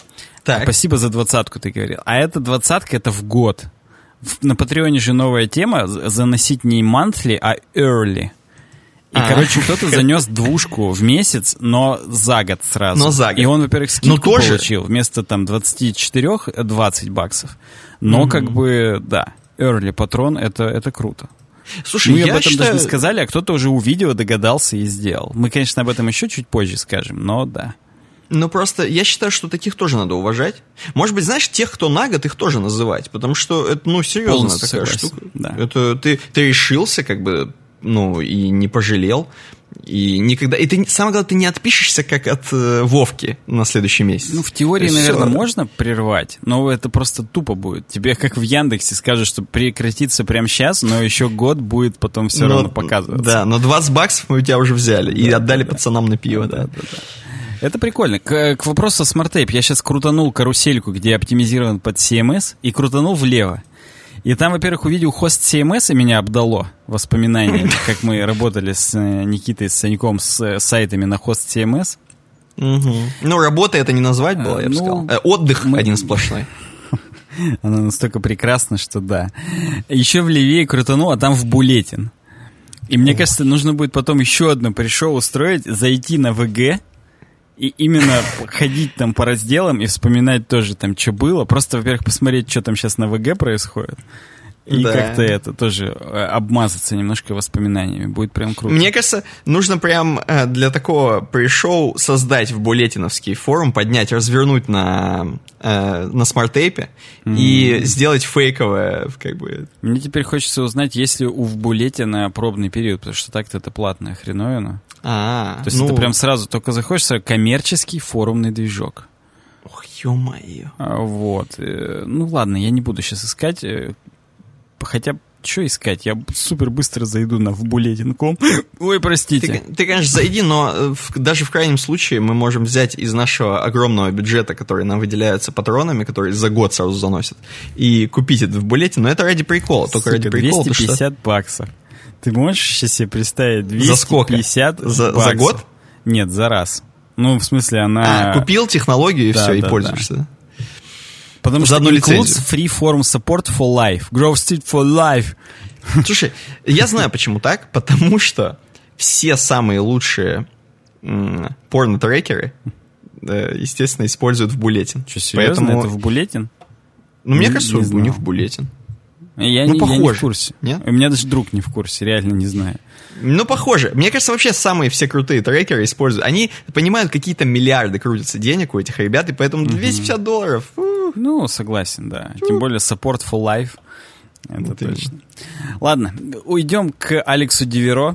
Так. Спасибо за двадцатку, ты говорил. А эта двадцатка — это в год. В, на Патреоне же новая тема — заносить не monthly, а early. И, а. короче, кто-то занес двушку в месяц, но за год сразу. Но за год. И он, во-первых, скидку тоже... получил вместо там двадцать четыре — двадцать баксов. Но, mm-hmm. как бы, да, early патрон — это, это круто. Слушай, Мы я об этом считаю... даже не сказали, а кто-то уже увидел, догадался и сделал. Мы, конечно, об этом еще чуть позже скажем, но да. Ну, просто я считаю, что таких тоже надо уважать. Может быть, знаешь, тех, кто на год, их тоже называть. Потому что это, ну, серьезная Полностью такая согласен. штука. Да. Это ты, ты решился, как бы, ну, и не пожалел. И никогда... И ты, самое главное, ты не отпишешься, как от э, Вовки на следующий месяц. Ну, в теории, есть, наверное, все... можно прервать, но это просто тупо будет. Тебе, как в Яндексе, скажут, что прекратится прямо сейчас, но еще год будет потом все но, равно показываться. Да, но двадцать баксов мы у тебя уже взяли да, и да, отдали да, пацанам на пиво. Да, да, да, да. Это прикольно. К, к вопросу о смарт-тейп. Я сейчас крутанул карусельку, где оптимизирован под си эм эс, и крутанул влево. И там, во-первых, увидел хост си эм эс, и меня обдало воспоминаниями, как мы работали с Никитой, с Саньком, с сайтами на хост си эм эс. Угу. Ну, работа это не назвать было, я бы ну, сказал. Э, отдых мы... один сплошной. Она настолько прекрасна, что да. Еще влевее крутанул, а там в буллетин. И мне О. кажется, нужно будет потом еще одно пришел устроить, зайти на ВГ, и именно ходить там по разделам и вспоминать тоже там, что было. Просто, во-первых, посмотреть, что там сейчас на ВГ происходит. И да. как-то это тоже обмазаться немножко воспоминаниями. Будет прям круто. Мне кажется, нужно прям для такого пришоу создать в буллетиновский форум, поднять, развернуть на, на смарт-тейпе mm-hmm. и сделать фейковое, как бы... Мне теперь хочется узнать, есть ли у Буллетина пробный период, потому что так-то это платная хреновина. А, То есть ну... это прям сразу, только заходишь, коммерческий форумный движок. Ох, ё-моё. Вот. Ну ладно, я не буду сейчас искать. Хотя, что искать? Я супер быстро зайду на вбуллетин точка ком. Ой, простите. Ты, ты, конечно, зайди, но в, даже в крайнем случае мы можем взять из нашего огромного бюджета, который нам выделяется патронами, которые за год сразу заносят, и купить это в буллетин. Но это ради прикола, только Сука, ради прикола. двести пятьдесят что... баксов. Ты можешь сейчас себе представить двести пятьдесят за сколько? За, баксов? за год? Нет, за раз. Ну, в смысле, она... А, купил технологию и да, все, да, и пользуешься. Да. Потому за что includes free forum support for life. Grove Street for life. Слушай, я знаю, почему так. Потому что все самые лучшие м- порно-трекеры, э, естественно, используют в буллетин. Что, серьезно? Поэтому... Это в буллетин? Ну, мне кажется, у них в буллетин. Я, ну, не, похоже. я не в курсе. Нет? У меня даже друг не в курсе, реально не знаю. Ну, похоже. Мне кажется, вообще самые все крутые трекеры используют. Они понимают, какие-то миллиарды крутятся денег у этих ребят, и поэтому двести пятьдесят долларов. У-у-у. Ну, согласен, да. Тем более support for life. Это вот точно. Именно. Ладно, уйдем к Алексу Диверо.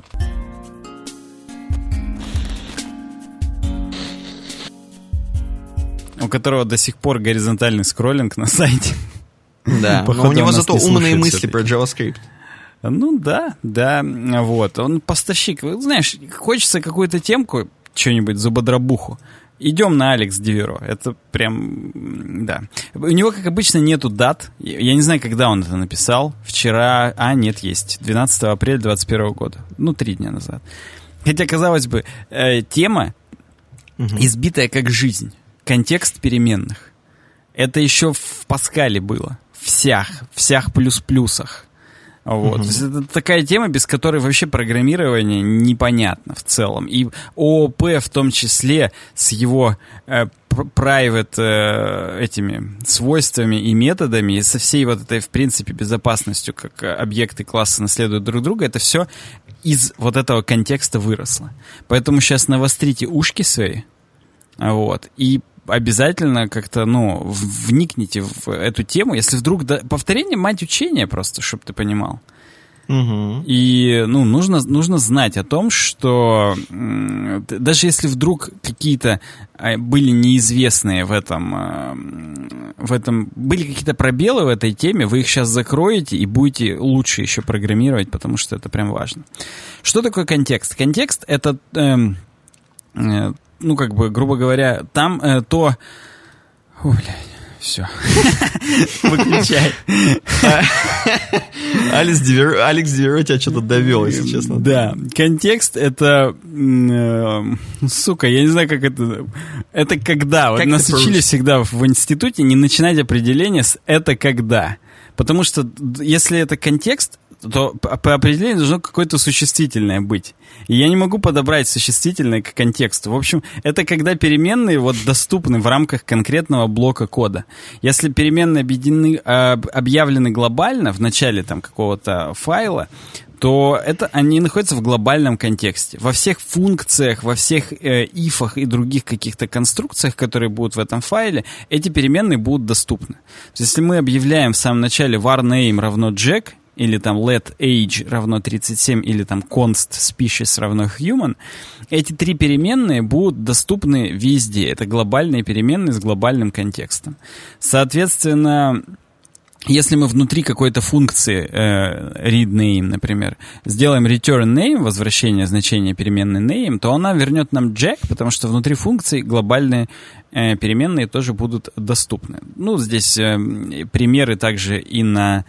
У которого до сих пор горизонтальный скроллинг на сайте. Да, но у него зато умные мысли про JavaScript. Ну да, да, вот. Он поставщик. Знаешь, хочется какую-то темку, что-нибудь, зубодробуху. Идем на Алекс Диверо. Это прям, да. У него, как обычно, нету дат. Я не знаю, когда он это написал. Вчера, а нет, есть. двенадцатого апреля двадцать первого года. Ну, три дня назад. Хотя, казалось бы, э, тема угу. избитая как жизнь. Контекст переменных. Это еще в Паскале было. Всях, всях плюс-плюсах. Вот. Uh-huh. Это такая тема, без которой вообще программирование непонятно в целом. И ООП в том числе с его э, private э, этими свойствами и методами, и со всей вот этой, в принципе, безопасностью, как объекты класса наследуют друг друга, это все из вот этого контекста выросло. Поэтому сейчас навострите ушки свои, вот, и обязательно как-то, ну, вникните в эту тему, если вдруг... Да, повторение — мать учения просто, чтобы ты понимал. Угу. И, ну, нужно, нужно знать о том, что м- даже если вдруг какие-то были неизвестные в этом, э, в этом... Были какие-то пробелы в этой теме, вы их сейчас закроете и будете лучше еще программировать, потому что это прям важно. Что такое контекст? Контекст — это... Э, э, ну, как бы, грубо говоря, там э, то... О, блядь, все. Выключай. Алекс Диверо, Алекс Диверо тебя что-то довел, если честно. Да, контекст — это... Э, сука, я не знаю, как это... Это когда? Вот как нас учили всегда в институте не начинать определение с «это когда». Потому что если это контекст, то по определению должно какое-то существительное быть. И я не могу подобрать существительное к контексту. В общем, это когда переменные вот доступны в рамках конкретного блока кода. Если переменные объединены, объявлены глобально в начале там какого-то файла, то это они находятся в глобальном контексте. Во всех функциях, во всех э, ифах и других каких-то конструкциях, которые будут в этом файле, эти переменные будут доступны. То есть, если мы объявляем в самом начале var name равно Jack, или там let age равно тридцать семь, или там const species равно human, эти три переменные будут доступны везде. Это глобальные переменные с глобальным контекстом. Соответственно, если мы внутри какой-то функции э, read name, например, сделаем return name, возвращение значения переменной name, то она вернет нам Jack, потому что внутри функции глобальные э, переменные тоже будут доступны. Ну, здесь э, примеры также и на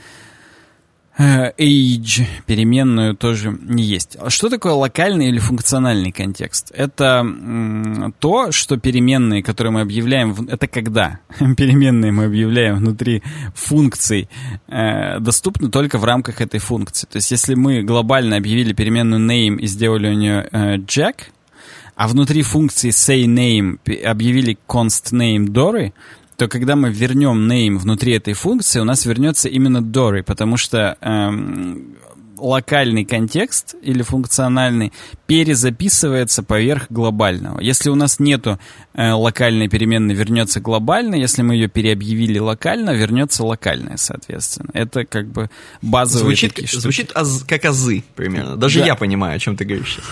age переменную тоже не есть. Что такое локальный или функциональный контекст? Это м, то, что переменные, которые мы объявляем, это когда переменные мы объявляем внутри функций, э, доступны только в рамках этой функции. То есть, если мы глобально объявили переменную name и сделали у нее э, Jack, а внутри функции sayName объявили const name Dory, то когда мы вернем name внутри этой функции, у нас вернется именно Dory, потому что эм, локальный контекст или функциональный перезаписывается поверх глобального. Если у нас нету э, локальной переменной, вернется глобально. Если мы ее переобъявили локально, вернется локальное, соответственно. Это как бы базовые звучит, такие штуки. Звучит аз, как азы примерно. Даже да. Я понимаю, о чем ты говоришь сейчас.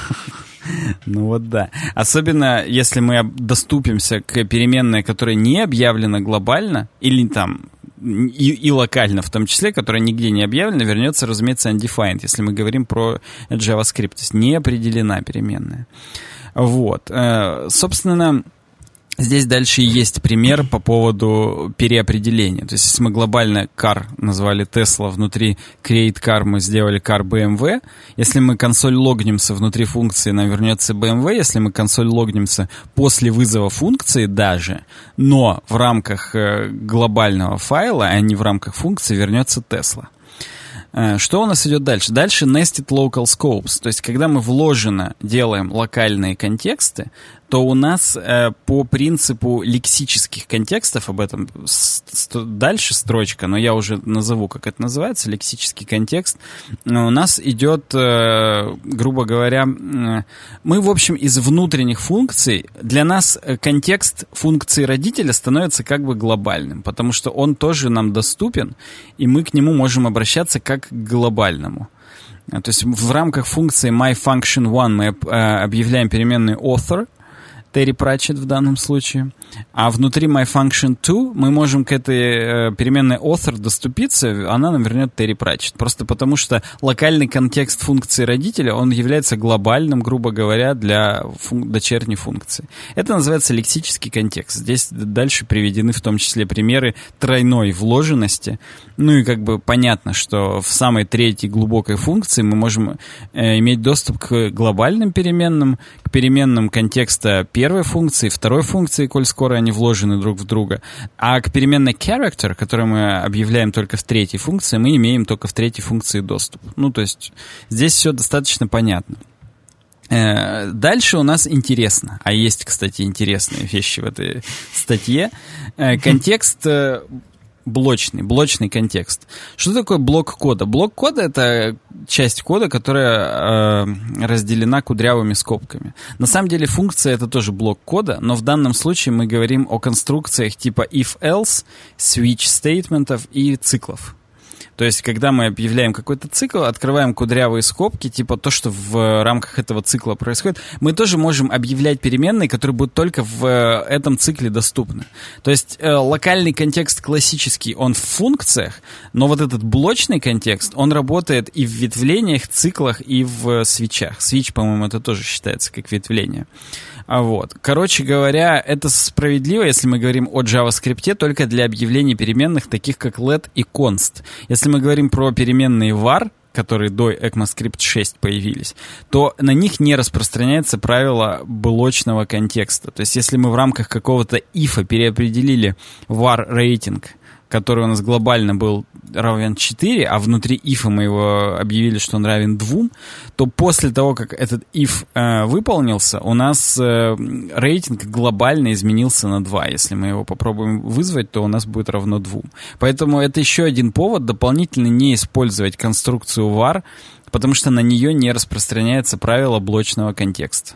Ну вот да. Особенно, если мы доступимся к переменной, которая не объявлена глобально, или там и, и локально в том числе, которая нигде не объявлена, вернется, разумеется, undefined, если мы говорим про JavaScript. То есть не определена переменная. Вот. Собственно, здесь дальше есть пример по поводу переопределения. То есть, если мы глобально car назвали Tesla, внутри create car мы сделали car би эм вэ. Если мы консоль логнемся внутри функции, нам вернется би эм вэ. Если мы консоль логнемся после вызова функции даже, но в рамках глобального файла, а не в рамках функции, вернется Tesla. Что у нас идет дальше? Дальше nested local scopes. То есть, когда мы вложено делаем локальные контексты, то у нас э, по принципу лексических контекстов, об этом с, с, дальше строчка, но я уже назову, как это называется, лексический контекст, у нас идет, э, грубо говоря, э, мы, в общем, из внутренних функций, для нас контекст функции родителя становится как бы глобальным, потому что он тоже нам доступен, и мы к нему можем обращаться как к глобальному. То есть в рамках функции myFunction1 мы э, объявляем переменную author, Терри Пратчетт в данном случае. А внутри myFunction2 мы можем к этой э, переменной author доступиться, она нам вернет Терри Пратчетт. Просто потому что локальный контекст функции родителя, он является глобальным, грубо говоря, для фун- дочерней функции. Это называется лексический контекст. Здесь дальше приведены в том числе примеры тройной вложенности. Ну и как бы понятно, что в самой третьей глубокой функции мы можем э, иметь доступ к глобальным переменным, к переменным контекста первой функции, второй функции, коль скоро они вложены друг в друга. А к переменной character, которую мы объявляем только в третьей функции, мы имеем только в третьей функции доступ. Ну, то есть здесь все достаточно понятно. Дальше у нас интересно, а есть, кстати, интересные вещи в этой статье. Контекст блочный, блочный контекст. Что такое блок кода? Блок кода — это часть кода, которая э, разделена кудрявыми скобками. На самом деле функция — это тоже блок кода, но в данном случае мы говорим о конструкциях типа if-else, switch стейтментов и циклов. То есть, когда мы объявляем какой-то цикл, открываем кудрявые скобки, типа то, что в рамках этого цикла происходит, мы тоже можем объявлять переменные, которые будут только в этом цикле доступны. То есть, э, локальный контекст классический, он в функциях, но вот этот блочный контекст, он работает и в ветвлениях, циклах, и в свитчах. Свитч, по-моему, это тоже считается как ветвление. А вот. Короче говоря, это справедливо, если мы говорим о JavaScript, только для объявлений переменных, таких как let и const. Если мы говорим про переменные var, которые до ECMAScript шесть появились, то на них не распространяется правило блочного контекста. То есть если мы в рамках какого-то ифа переопределили var rating, который у нас глобально был равен четыре, а внутри ифа мы его объявили, что он равен два, то после того, как этот if э, выполнился, у нас э, рейтинг глобально изменился на два. Если мы его попробуем вызвать, то у нас будет равно два. Поэтому это еще один повод дополнительно не использовать конструкцию var, потому что на нее не распространяется правило блочного контекста.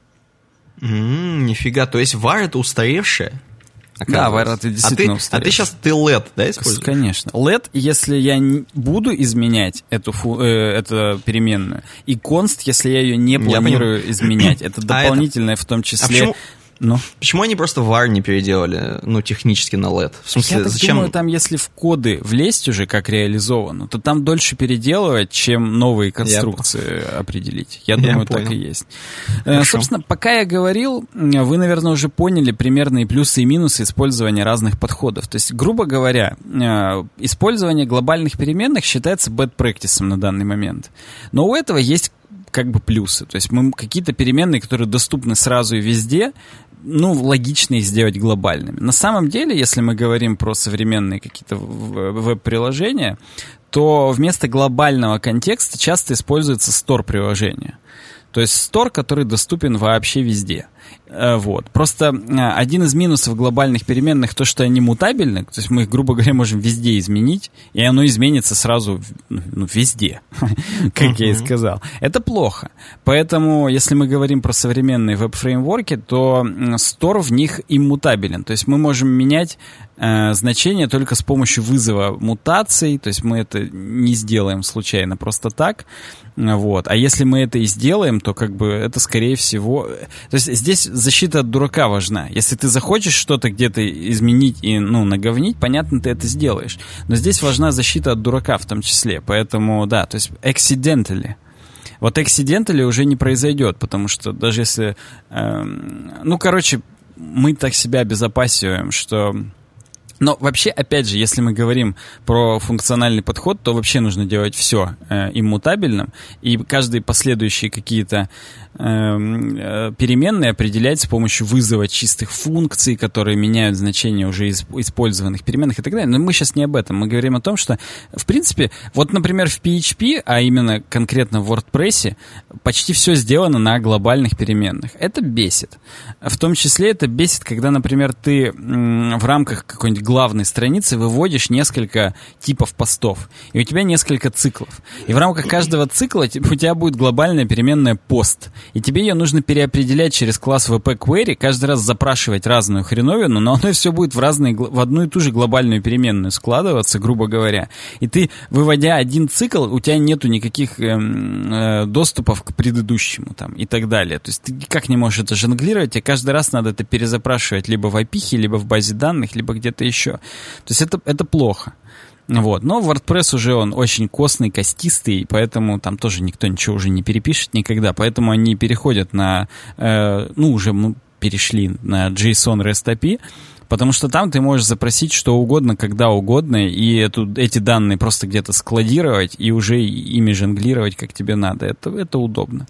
Mm, нифига, то есть var это устаревшее? Да, var это действительно а ты, а ты сейчас ты лет, да, используешь? Конечно. Let, если я не буду изменять эту, фу, э, эту переменную, и const, если я ее не планирую изменять. Это дополнительное, а это... в том числе... А почему... Ну. Почему они просто var не переделали, ну, технически на лет? В смысле, я так зачем? думаю, там, если в коды влезть уже, как реализовано, то там дольше переделывать, чем новые конструкции я определить. Я, я думаю, понял. Так и есть. Хорошо. Собственно, пока я говорил, вы, наверное, уже поняли примерные плюсы и минусы использования разных подходов. То есть, грубо говоря, использование глобальных переменных считается bad practice на данный момент. Но у этого есть как бы плюсы. То есть мы какие-то переменные, которые доступны сразу и везде, ну, логично их сделать глобальными. На самом деле, если мы говорим про современные какие-то веб-приложения, то вместо глобального контекста часто используется store-приложение. То есть store, который доступен вообще везде. Вот. Просто один из минусов глобальных переменных то, что они мутабельны, то есть мы их, грубо говоря, можем везде изменить, и оно изменится сразу ну, везде, как uh-huh. я и сказал. Это плохо. Поэтому, если мы говорим про современные веб-фреймворки, то store в них иммутабелен. То есть мы можем менять э, значения только с помощью вызова мутаций, то есть мы это не сделаем случайно просто так. Вот. А если мы это и сделаем, то как бы это, скорее всего... То есть здесь защита от дурака важна. Если ты захочешь что-то где-то изменить и, ну, наговнить, понятно, ты это сделаешь. Но здесь важна защита от дурака в том числе. Поэтому, да, то есть accidentally. Вот accidentally уже не произойдет, потому что даже если... Э, ну, короче, мы так себя обезопасиваем, что... Но вообще, опять же, если мы говорим про функциональный подход, то вообще нужно делать все э, иммутабельным, и каждые последующие какие-то э, переменные определять с помощью вызова чистых функций, которые меняют значение уже из использованных переменных и так далее. Но мы сейчас не об этом. Мы говорим о том, что, в принципе, вот, например, в пи эйч пи, а именно конкретно в WordPress, почти все сделано на глобальных переменных. Это бесит. В том числе это бесит, когда, например, ты м, в рамках какой-нибудь главной страницы выводишь несколько типов постов, и у тебя несколько циклов. И в рамках каждого цикла у тебя будет глобальная переменная пост, и тебе ее нужно переопределять через класс wp-query, каждый раз запрашивать разную хреновину, но оно все будет в, разные, в одну и ту же глобальную переменную складываться, грубо говоря. И ты, выводя один цикл, у тебя нету никаких э, э, доступов к предыдущему там, и так далее. То есть ты никак не можешь это жонглировать, тебе каждый раз надо это перезапрашивать либо в эй пи ай, либо в базе данных, либо где-то еще. То есть это, это плохо. Вот. Но WordPress уже он очень костный, костистый, поэтому там тоже никто ничего уже не перепишет никогда. Поэтому они переходят на... Э, ну, уже мы перешли на JSON REST эй пи ай, потому что там ты можешь запросить что угодно, когда угодно, и эту, эти данные просто где-то складировать и уже ими жонглировать, как тебе надо. Это, это удобно.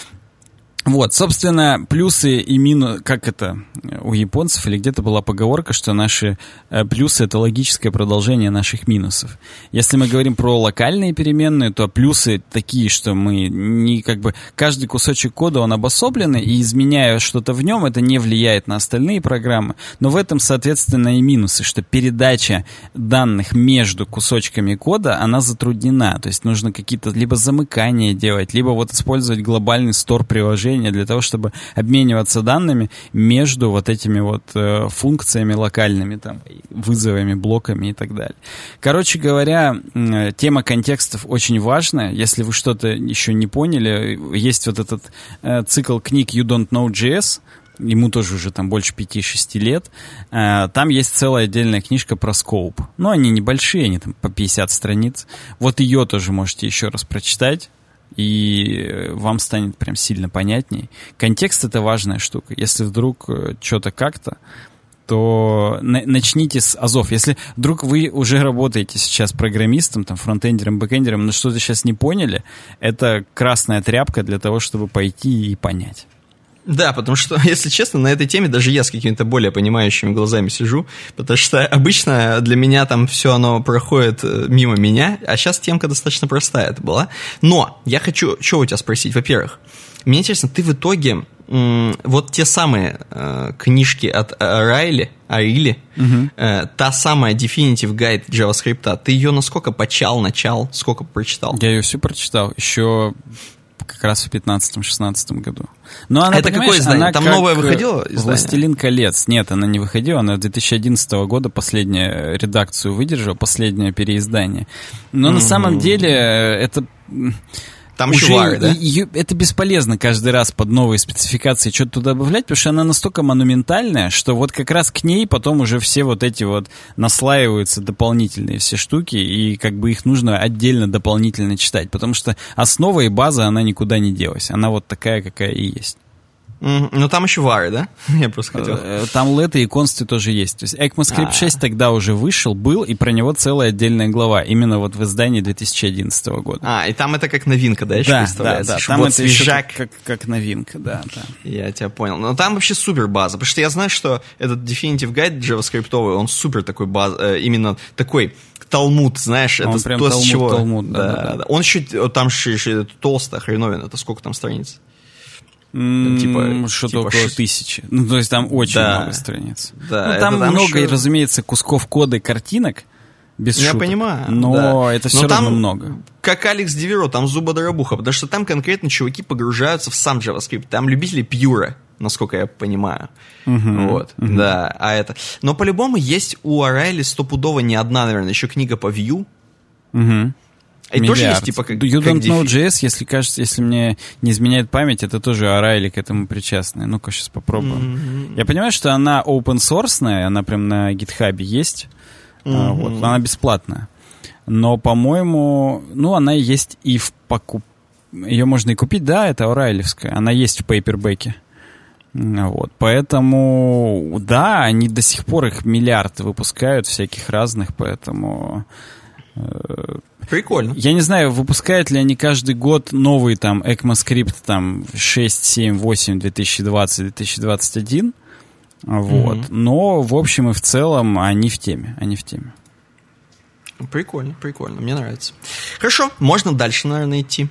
Вот, собственно, плюсы и минусы, как это у японцев или где-то была поговорка, что наши э, плюсы — это логическое продолжение наших минусов. Если мы говорим про локальные переменные, то плюсы такие, что мы не как бы каждый кусочек кода он обособленный, и изменяя что-то в нем, это не влияет на остальные программы. Но в этом, соответственно, и минусы, что передача данных между кусочками кода, она затруднена. То есть нужно какие-то либо замыкания делать, либо вот использовать глобальный стор приложения для того, чтобы обмениваться данными между вот этими вот э, функциями локальными, там, вызовами, блоками и так далее. Короче говоря, э, тема контекстов очень важна. Если вы что-то еще не поняли, есть вот этот э, цикл книг You Don't Know джей эс, ему тоже уже там больше пяти-шести лет. Э, там есть целая отдельная книжка про Scope. Но они небольшие, они там по пятьдесят страниц. Вот ее тоже можете еще раз прочитать, и вам станет прям сильно понятней. Контекст — это важная штука. Если вдруг что-то как-то, то на- начните с азов. Если вдруг вы уже работаете сейчас программистом, там, фронтендером, бэкендером, но что-то сейчас не поняли, это красная тряпка для того, чтобы пойти и понять. Да, потому что, если честно, на этой теме даже я с какими-то более понимающими глазами сижу, потому что обычно для меня там все оно проходит мимо меня, а сейчас темка достаточно простая это была. Но я хочу, что у тебя спросить? Во-первых, мне интересно, ты в итоге м, вот те самые э, книжки от Райли, Арили, угу. э, та самая Definitive Guide JavaScript, ты ее насколько почал, начал, сколько прочитал? Я ее всю прочитал, еще как раз в пятнадцатом-шестнадцатом году. Но она, это какое издание? Она там как новое выходило издание? «Властелин колец». Нет, она не выходила, она две тысячи одиннадцатого года последнюю редакцию выдержала, последнее переиздание. Но mm-hmm. на самом деле это... Там еще вары, да? Ее, это бесполезно каждый раз под новые спецификации что-то туда добавлять, потому что она настолько монументальная, что вот как раз к ней потом уже все вот эти вот наслаиваются дополнительные все штуки, и как бы их нужно отдельно дополнительно читать, потому что основа и база, она никуда не делась. Она вот такая, какая и есть. Mm-hmm. Ну, там еще вары, да? Я просто хотел. Там леты и консты тоже есть. То есть ECMAScript шесть тогда уже вышел, был, и про него целая отдельная глава, именно вот в издании две тысячи одиннадцатого года. А, и там это как новинка, да, еще да, представляется? Да, да, там вот это свежак. Как, как новинка, да, да. Я тебя понял. Но там вообще супер база, потому что я знаю, что этот Definitive Guide JavaScript, он супер такой баз, именно такой талмуд, знаешь, он это прям то, талмуд, с чего... талмуд, да, да, да, да. да. Он еще, там еще толсто, хреновин, это сколько там страниц? Mm, типа, что-то типа около ш... тысячи. Ну, то есть там очень да. много страниц. Да, ну, там, там много, еще... разумеется, кусков кода и картинок, без я шуток. Я понимаю. Но да. это все но равно там, много. Как Алекс Диверо, там зубодоробуха, потому что там конкретно чуваки погружаются в сам JavaScript. Там любители пьюра, насколько я понимаю. Uh-huh, вот, uh-huh. да, а это... Но по-любому есть у O'Reilly стопудово не одна, наверное, еще книга по Vue. Угу. И Миллиард. тоже есть, типа, как... You как don't дефи... know джей эс, если кажется, если мне не изменяет память, это тоже O'Reilly к этому причастная. Ну-ка, сейчас попробуем. Mm-hmm. Я понимаю, что она open-source-ная, она прям на GitHub есть. Mm-hmm. а, вот, она бесплатная. Но, по-моему, ну, она есть и в покуп... Ее можно и купить, да, это O'Reilly'вская. Она есть в пейпербеке. Вот, поэтому, да, они до сих пор их миллиард выпускают, всяких разных, поэтому... Прикольно. Я не знаю, выпускают ли они каждый год новый там ECMAScript там шесть, семь, восемь, две тысячи двадцать, две тысячи двадцать один. Вот. Mm-hmm. Но в общем и в целом они в теме. Они в теме. Прикольно, прикольно. Мне нравится. Хорошо, можно дальше, наверное, идти.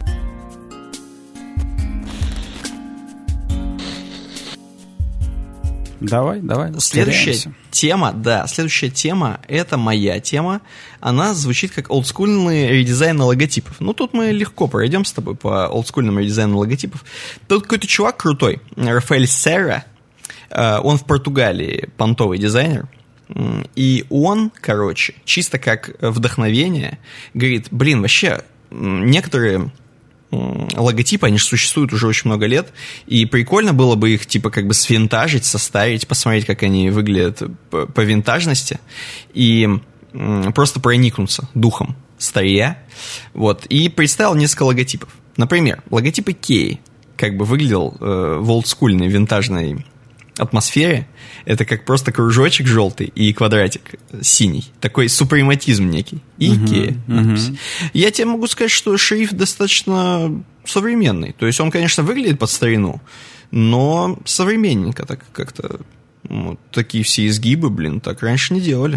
Давай, давай. Следующая ускоряемся. тема, да, следующая тема, это моя тема. Она звучит как олдскульный редизайн логотипов. Ну, тут мы легко пройдем с тобой по олдскульному редизайну логотипов. Тут какой-то чувак крутой, Рафаэль Серра, он в Португалии понтовый дизайнер. И он, короче, чисто как вдохновение, говорит, блин, вообще, некоторые... логотипы, они же существуют уже очень много лет, и прикольно было бы их, типа, как бы свинтажить, составить, посмотреть, как они выглядят по, по винтажности, и м, просто проникнуться духом старья, вот, и представил несколько логотипов. Например, логотип Икеи, как бы выглядел э, в олдскульной винтажной атмосфере. Это как просто кружочек желтый и квадратик синий. Такой супрематизм некий. И Икея. Uh-huh, uh-huh. Я тебе могу сказать, что шрифт достаточно современный. То есть он, конечно, выглядит под старину, но современненько так как-то. Вот такие все изгибы, блин, так раньше не делали.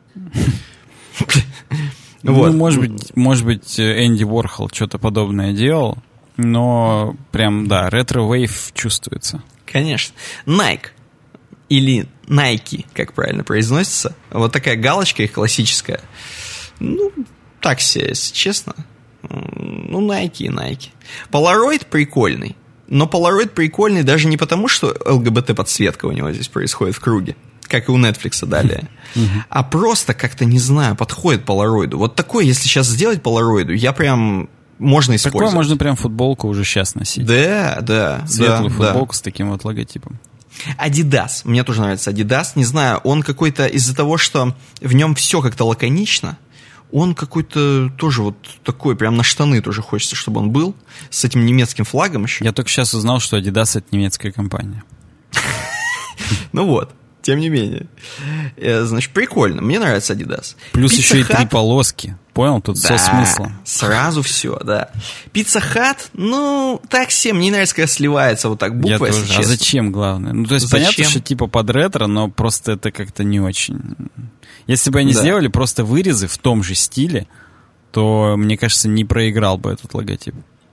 Ну, может быть, может быть, Энди Уорхол что-то подобное делал, но прям, да, ретро-вейв чувствуется. Конечно. Nike или Nike, как правильно произносится. Вот такая галочка их классическая. Ну, так себе, если честно. Ну, Nike и Nike. Polaroid прикольный. Но Polaroid прикольный даже не потому, что ЛГБТ-подсветка у него здесь происходит в круге, как и у Netflix далее. А просто как-то, не знаю, подходит Polaroid. Вот такой, если сейчас сделать Polaroid, я прям... Можно использовать. Такое можно прям футболку уже сейчас носить. Да, да. Светлую да, футболку да. с таким вот логотипом. Adidas. Мне тоже нравится Adidas. Не знаю, он какой-то из-за того, что в нем все как-то лаконично, он какой-то тоже вот такой, прям на штаны тоже хочется, чтобы он был, с этим немецким флагом еще. Я только сейчас узнал, что Adidas — это немецкая компания. Ну вот. тем не менее. Значит, прикольно. Мне нравится Adidas. Плюс Pizza еще и Hut, три полоски. Понял? Тут да, все смысл. Сразу все, да. Pizza Hut, ну, так все. Мне нравится, когда сливается вот так буква, если честно. А зачем, главное? Ну, то есть, зачем? Понятно, что типа под ретро, но просто это как-то не очень. Если бы они да. сделали просто вырезы в том же стиле, то, мне кажется, не проиграл бы этот логотип.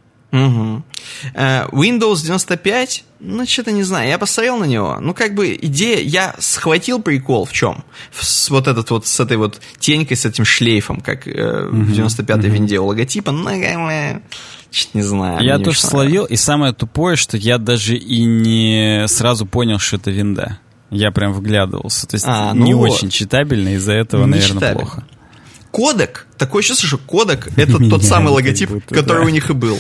Угу. Uh, Windows девяносто пять, ну, что-то не знаю, я посмотрел на него, ну, как бы идея, я схватил прикол в чем? С вот этот вот, с этой вот тенькой, с этим шлейфом, как uh, угу. в девяносто пятой угу. винде у логотипа, ну, что-то не знаю. Я тоже словил, и самое тупое, что я даже и не сразу понял, что это винда. Я прям вглядывался, то есть а, ну не вот. Очень читабельно, из-за этого, не наверное, читабельно. Плохо. Кодек, такое чувство, что кодек — это тот самый логотип, будто, который да. у них и был.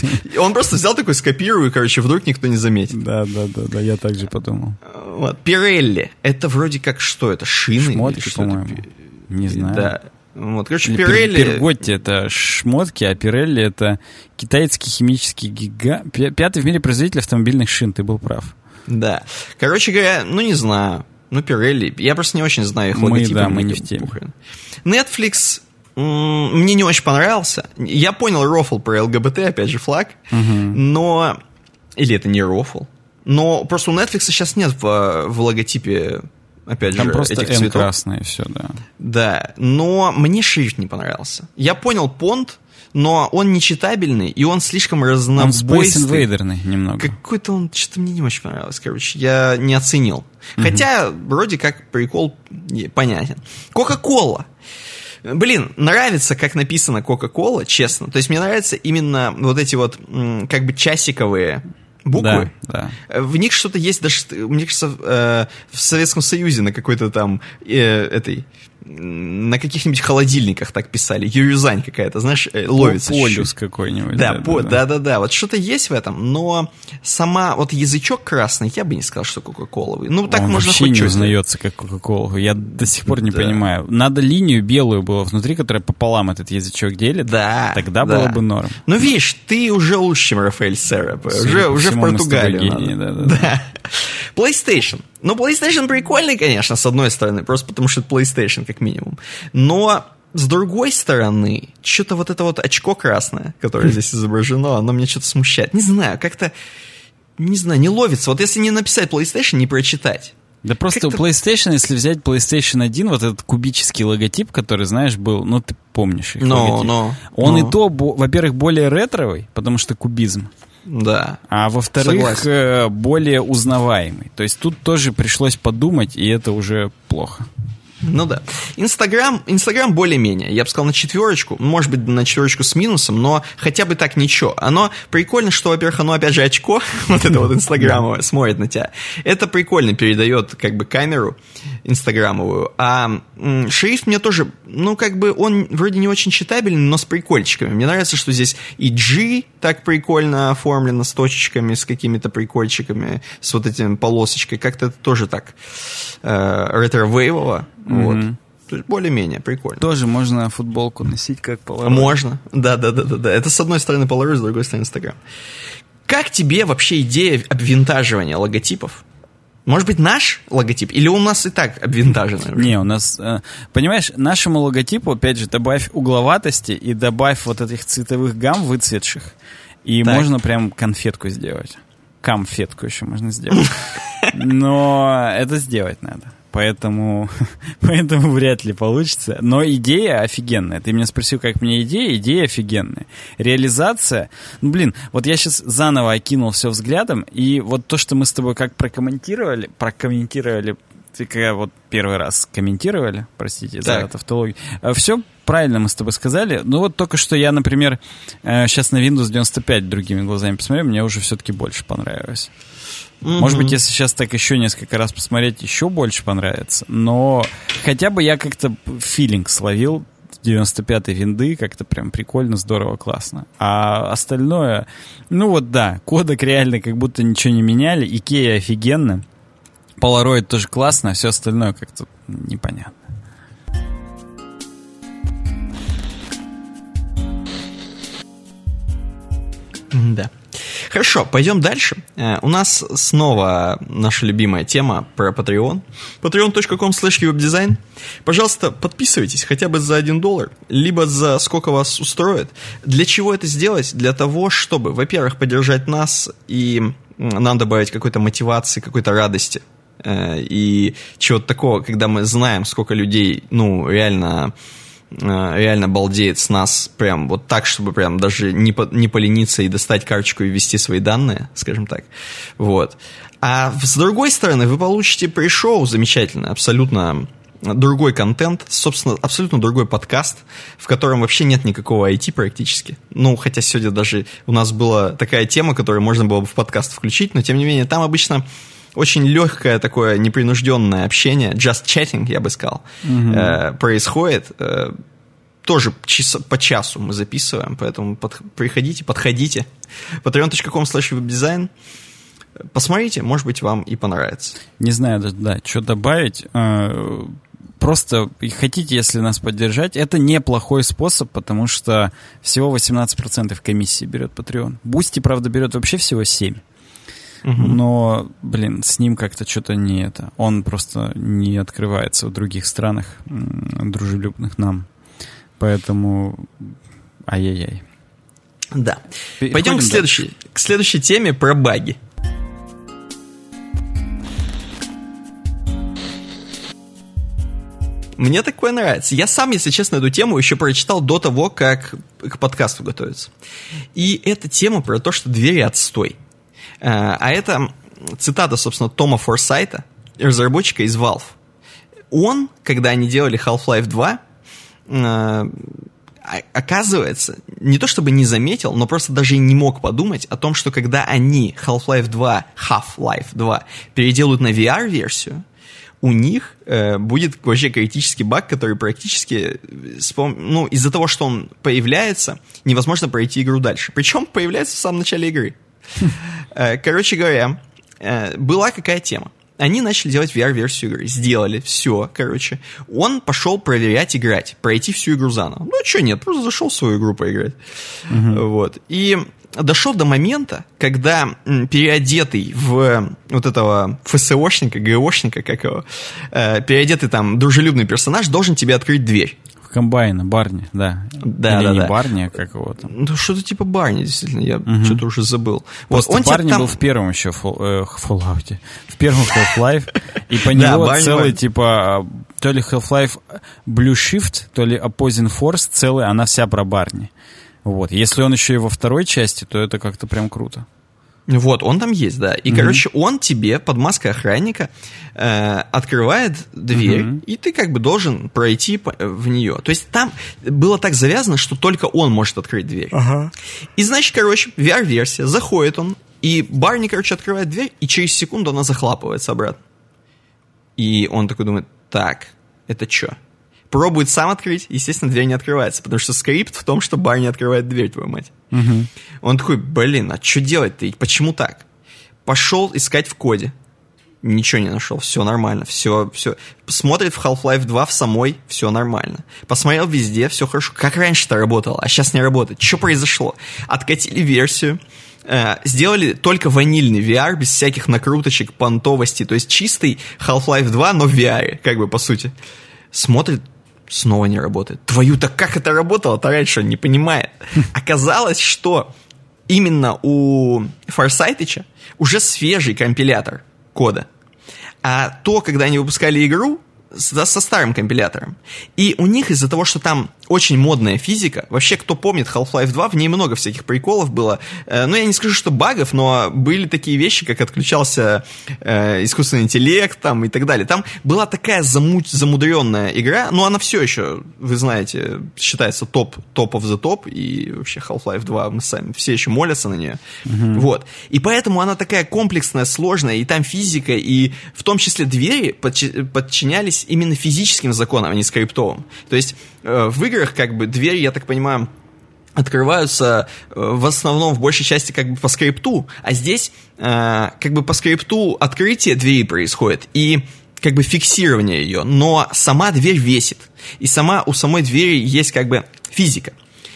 Он просто взял такой, скопировал, и, короче, вдруг никто не заметит. Да, да, да, да, я так же подумал. Вот. Pirelli, это вроде как что это, шины? Шмотки, по-моему. Не знаю. Да. Вот, короче, Pirelli... Перготти — это шмотки, а Pirelli — это китайский химический гигант. Пятый в мире производитель автомобильных шин, ты был прав. Да. Короче говоря, ну, не знаю. Ну, Pirelli. Я просто не очень знаю их мы, логотипы. Да, мы не в теме. Netflix м- мне не очень понравился. Я понял рофл про ЛГБТ, опять же, флаг. Угу. Но... Или это не рофл. Но просто у Netflix сейчас нет в, в логотипе, опять Там же, просто этих М цветов. красное, все, да. Да. Но мне шрифт не понравился. Я понял понт, но он нечитабельный, и он слишком разнобойный. Он Space Invader'ный немного. Какой-то он, что-то мне не очень понравилось, короче, я не оценил. Mm-hmm. Хотя, вроде как, прикол понятен. Кока-кола. Блин, нравится, как написано Кока-кола, честно. То есть мне нравятся именно вот эти вот, как бы, часиковые буквы. Да, да. В них что-то есть, даже, мне кажется, э, в Советском Союзе на какой-то там э, этой... на каких-нибудь холодильниках так писали. Юрюзань какая-то, знаешь, ловится. Полюс какой-нибудь. Да, да, по, да, да, да, да. Вот что-то есть в этом, но сама вот язычок красный, я бы не сказал, что кока-коловый. Ну, так Он можно вообще хоть не что-то. узнается как кока-кола. Я до сих пор не да. понимаю. Надо линию белую было внутри, которая пополам этот язычок делит. Да. Тогда да. было бы норм. Ну, видишь, ты уже лучше, чем Рафаэль Серра. Уже, уже в Португалии. Гений, да, да, да. да. PlayStation. Ну, PlayStation прикольный, конечно, с одной стороны, просто потому что это PlayStation, как минимум. Но, с другой стороны, что-то вот это вот очко красное, которое здесь изображено, оно меня что-то смущает. Не знаю, как-то, не знаю, не ловится. Вот если не написать PlayStation, не прочитать. Да просто как-то... у PlayStation, если взять PlayStation один, вот этот кубический логотип, который, знаешь, был, ну, ты помнишь их no, логотип. No, Он no. и то, во-первых, более ретровый, потому что кубизм. Да. А во-вторых, Согласен. более узнаваемый. То есть тут тоже пришлось подумать, и это уже плохо. Ну да. Инстаграм, Инстаграм более-менее. Я бы сказал, на четверочку. Может быть, на четверочку с минусом, но хотя бы так ничего. Оно прикольно, что, во-первых, оно опять же очко, вот это вот инстаграмовое, смотрит на тебя. Это прикольно передает как бы камеру инстаграмовую. А м, шрифт мне тоже, ну как бы он вроде не очень читабельный, но с прикольчиками. Мне нравится, что здесь и G так прикольно оформлено, с точечками, с какими-то прикольчиками, с вот этим полосочкой. Как-то это тоже так э, ретро-вейвово. Вот. Mm-hmm. То есть более-менее прикольно. Тоже можно футболку носить как Polaroid. Можно. Да, да, да, да, да. Это с одной стороны Polaroid, с другой стороны Instagram. Как тебе вообще идея обвинтаживания логотипов? Может быть, наш логотип? Или у нас и так обвинтаженный? Не, у нас... Понимаешь, нашему логотипу, опять же, добавь угловатости и добавь вот этих цветовых гамм выцветших. И так. можно прям конфетку сделать. Конфетку еще можно сделать. Но это сделать надо. Поэтому, поэтому вряд ли получится. Но идея офигенная. Ты меня спросил, как мне идея? Идея офигенная. Реализация... Ну, блин, вот я сейчас заново окинул все взглядом, и вот то, что мы с тобой как прокомментировали, прокомментировали, ты когда вот первый раз комментировали, простите так. за тавтологию, все правильно мы с тобой сказали. Ну вот только что я, например, сейчас на Windows девяносто пять другими глазами посмотрел, мне уже все-таки больше понравилось. Mm-hmm. Может быть, если сейчас так еще несколько раз посмотреть, еще больше понравится. Но хотя бы я как-то филинг словил девяносто пятой винды, как-то прям прикольно, здорово, классно. А остальное, ну вот да, кодек реально как будто ничего не меняли, Икея офигенно, Polaroid тоже классно, а все остальное как-то непонятно. Да. Хорошо, пойдем дальше. У нас снова наша любимая тема про Patreon. patreon точка ком слэш ювебдизайн. Пожалуйста, подписывайтесь хотя бы за один доллар, либо за сколько вас устроит. Для чего это сделать? Для того, чтобы, во-первых, поддержать нас и нам добавить какой-то мотивации, какой-то радости. И чего-то такого, когда мы знаем, сколько людей, ну, реально... реально балдеет с нас прям вот так, чтобы прям даже не, по, не полениться и достать карточку и ввести свои данные, скажем так. Вот. А с другой стороны, вы получите пришоу замечательно, абсолютно другой контент, собственно, абсолютно другой подкаст, в котором вообще нет никакого ай ти практически. Ну, хотя сегодня даже у нас была такая тема, которую можно было бы в подкаст включить, но тем не менее, там обычно... очень легкое такое непринужденное общение, just chatting, я бы сказал, mm-hmm. э, происходит. Э, тоже час, по часу мы записываем, поэтому под, приходите, подходите. patreon точка ком слэш ювебдизайн. Посмотрите, может быть, вам и понравится. Не знаю, да, да что добавить. Просто хотите, если нас поддержать, это неплохой способ, потому что всего восемнадцать процентов комиссии берет Patreon. Boosty, правда, берет вообще всего семь процентов. Uh-huh. Но, блин, с ним как-то что-то не это. Он просто не открывается в других странах, дружелюбных нам. Поэтому ай-яй-яй. Да. Переходим Пойдем к следующей, к следующей теме про баги. Мне такое нравится. Я сам, если честно, эту тему еще прочитал до того, как к подкасту готовиться. И эта тема про то, что двери отстой. А это цитата, собственно, Тома Форсайта, разработчика из Valve. Он, когда они делали Half-Life два, оказывается, не то чтобы не заметил, но просто даже и не мог подумать о том, что когда они Half-Life два, Half-Life два переделают на ви ар-версию, у них э, будет вообще критический баг, который практически, ну, из-за того, что он появляется, невозможно пройти игру дальше. Причем появляется в самом начале игры. Короче говоря, была какая тема. Они начали делать ви ар-версию игры. Сделали, все, короче. Он пошел проверять, играть, пройти всю игру заново. Ну, что нет, просто зашел в свою игру поиграть. Uh-huh. Вот. И дошел до момента, когда переодетый в вот этого эф эс о-шника, джи о-шника, как его, переодетый там дружелюбный персонаж должен тебе открыть дверь. Комбайна, Барни, да. Да, Или да, не да. Барни, а как его там. Ну, что-то типа Барни, действительно, я угу. что-то уже забыл. Вот, он Барни там... был в первом еще Fall, э, Fallout, в первом Half-Life, и по него да, целый, типа, то ли Half-Life Blue Shift, то ли Opposing Force, целая, она вся про Барни. Вот. Если он еще и во второй части, то это как-то прям круто. Вот, он там есть, да. И, mm-hmm. короче, он тебе под маской охранника э, открывает дверь, mm-hmm. и ты как бы должен пройти в нее. То есть там было так завязано, что только он может открыть дверь. Uh-huh. И, значит, короче, ви ар-версия, заходит он, и Барни, короче, открывает дверь, и через секунду она захлапывается обратно. И он такой думает, так, это что? Пробует сам открыть, естественно, дверь не открывается, потому что скрипт в том, что Барни открывает дверь, твою мать. Угу. Он такой, блин, а что делать-то? И почему так? Пошел искать в коде. Ничего не нашел, все нормально, все, все. Смотрит в Half-Life два в самой, все нормально. Посмотрел везде, все хорошо. Как раньше-то работало, а сейчас не работает. Что произошло? Откатили версию, э, сделали только ванильный ви ар, без всяких накруточек, понтовостей. То есть чистый Half-Life два, но в ви ар, как бы по сути. Смотрит, снова не работает. Твою-то как это работало-то раньше, он не понимает. Оказалось, что именно у Форсайтича уже свежий компилятор кода. А то, когда они выпускали игру, со, со старым компилятором. И у них из-за того, что там очень модная физика, вообще, кто помнит Half-Life два, в ней много всяких приколов было. Э, ну, я не скажу, что багов, но были такие вещи, как отключался э, искусственный интеллект там, и так далее. Там была такая заму- замудренная игра, но она все еще, вы знаете, считается топ, топ of the top, и вообще Half-Life два, мы сами все еще молятся на нее. Mm-hmm. Вот. И поэтому она такая комплексная, сложная, и там физика, и в том числе двери подч- подчинялись именно физическим законам, а не скриптовым. То есть э, в играх, как бы, двери, я так понимаю, открываются э, в основном, в большей части, как бы по скрипту, а здесь, э, как бы, по скрипту открытие двери происходит и, как бы, фиксирование ее, но сама дверь весит, и сама, у самой двери есть, как бы, физика.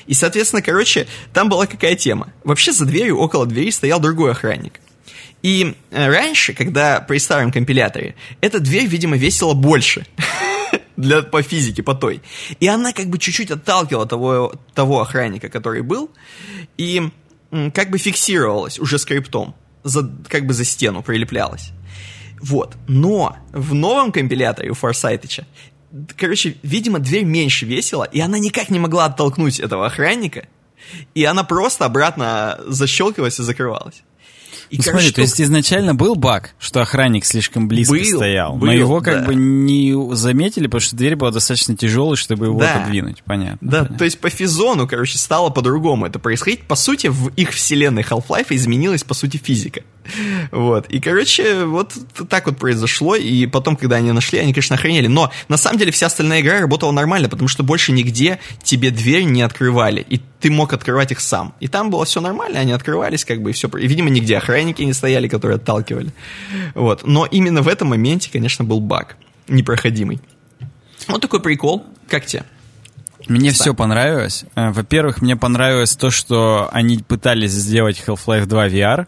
И, соответственно, короче, там была какая тема. Вообще за дверью, около двери стоял другой охранник. И раньше, когда при старом компиляторе, эта дверь, видимо, весила больше для, по физике, по той. И она как бы чуть-чуть отталкивала того, того охранника, который был, и как бы фиксировалась уже скриптом, за, как бы за стену прилеплялась. Вот. Но в новом компиляторе у Форсайтыча, короче, видимо, дверь меньше весила, и она никак не могла оттолкнуть этого охранника, и она просто обратно защелкивалась и закрывалась. И, ну, короче, смотри, то есть изначально был баг, что охранник слишком близко был, стоял, был, но его как да. бы не заметили, потому что дверь была достаточно тяжелой, чтобы его да. отодвинуть, понятно. Да, понятно. То есть по физону, короче, стало по-другому это происходить. По сути, в их вселенной Half-Life изменилась, по сути, физика. Вот, и, короче, вот так вот произошло, и потом, когда они нашли, они, конечно, охренели. Но, на самом деле, вся остальная игра работала нормально, потому что больше нигде тебе дверь не открывали, и ты мог открывать их сам. И там было все нормально, они открывались, как бы, и все. И, видимо, нигде охранники не стояли, которые отталкивали. Вот, но именно в этом моменте, конечно, был баг непроходимый. Вот такой прикол. Как тебе? Мне Кстати. все понравилось. Во-первых, мне понравилось то, что они пытались сделать Half-Life два ви ар.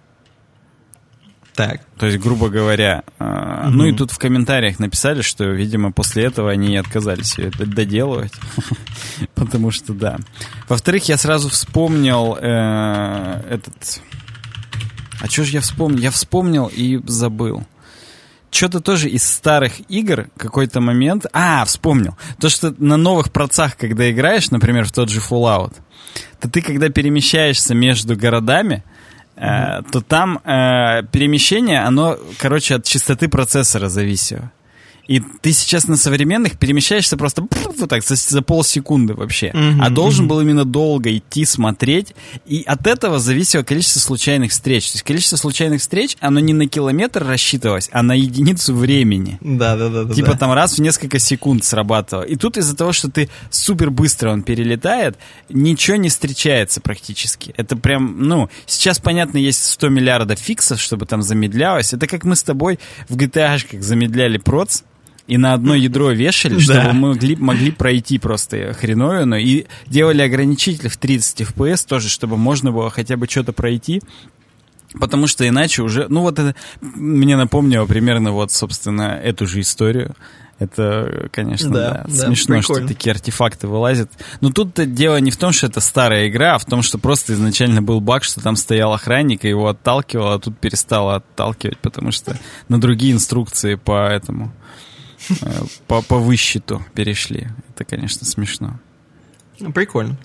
Так. То есть, грубо говоря, mm-hmm. ну и тут в комментариях написали, что, видимо, после этого они отказались ее доделывать. Потому что, да. Во-вторых, я сразу вспомнил э, этот... А что же я вспомнил? Я вспомнил и забыл. Что-то тоже из старых игр какой-то момент... А, вспомнил. То, что на новых процах, когда играешь, например, в тот же Fallout, то ты, когда перемещаешься между городами, Mm-hmm. то там э, перемещение, оно, короче, от частоты процессора зависело. И ты сейчас на современных перемещаешься просто вот так, за, за полсекунды вообще. Mm-hmm. А должен был именно долго идти, смотреть. И от этого зависело количество случайных встреч. То есть количество случайных встреч, оно не на километр рассчитывалось, а на единицу времени. Да-да-да. Типа да. там раз в несколько секунд срабатывало. И тут из-за того, что ты супер быстро он перелетает, ничего не встречается практически. Это прям, ну, сейчас, понятно, есть сто миллиардов фиксов, чтобы там замедлялось. Это как мы с тобой в джи ти эй-шках замедляли проц, и на одно ядро вешали, чтобы да. мы могли, могли пройти просто хреновину. И делали ограничитель в тридцать эф пи эс тоже, чтобы можно было хотя бы что-то пройти. Потому что иначе уже... Ну вот это мне напомнило примерно вот, собственно, эту же историю. Это, конечно, да, да, смешно, прикольно. Что такие артефакты вылазят. Но тут-то дело не в том, что это старая игра, а в том, что просто изначально был баг, что там стоял охранник, и его отталкивало, а тут перестало отталкивать, потому что на другие инструкции по этому... По, по высчету перешли. Это, конечно, смешно. Прикольно.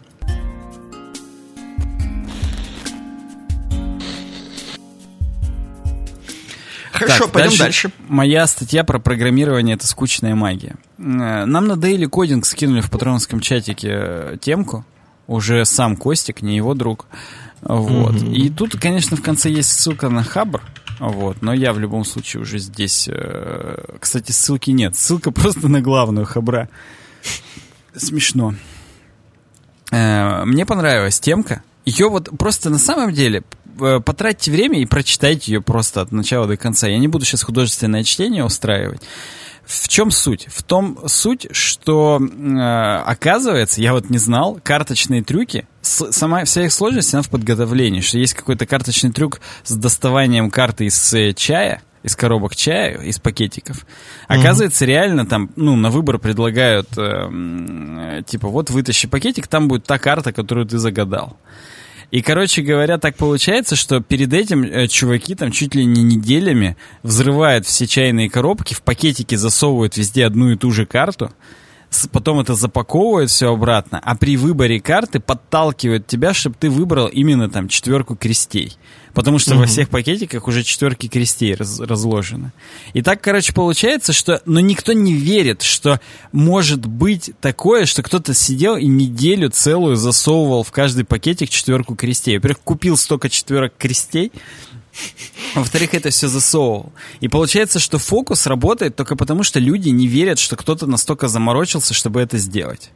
Хорошо, так, пойдем дальше. дальше. Моя статья про программирование — это скучная магия. Нам на Daily Coding скинули в патроновском чатике темку. Уже сам Костик, не его друг. Вот. Mm-hmm. И тут, конечно, в конце есть ссылка на Хабр. Вот, но я в любом случае уже здесь... Э, кстати, ссылки нет. Ссылка просто на главную Хабра. Смешно. Э, мне понравилась темка. Ее вот просто на самом деле э, потратьте время и прочитайте ее просто от начала до конца. Я не буду сейчас художественное чтение устраивать. В чем суть? В том суть, что, э, оказывается, я вот не знал, карточные трюки, с, сама вся их сложность, она в подготовлении, что есть какой-то карточный трюк с доставанием карты из э, чая, из коробок чая, из пакетиков. Оказывается, mm-hmm. реально там, ну, на выбор предлагают, э, э, типа, вот вытащи пакетик, там будет та карта, которую ты загадал. И, короче говоря, так получается, что перед этим э, чуваки там чуть ли не неделями взрывают все чайные коробки, в пакетики засовывают везде одну и ту же карту, с, потом это запаковывают все обратно, а при выборе карты подталкивают тебя, чтобы ты выбрал именно там четверку крестей. Потому что mm-hmm. во всех пакетиках уже четверки крестей раз, разложены. И так, короче, получается, что... Но никто не верит, что может быть такое, что кто-то сидел и неделю целую засовывал в каждый пакетик четверку крестей. Во-первых, купил столько четверок крестей, во-вторых, это все засовывал. И получается, что фокус работает только потому, что люди не верят, что кто-то настолько заморочился, чтобы это сделать.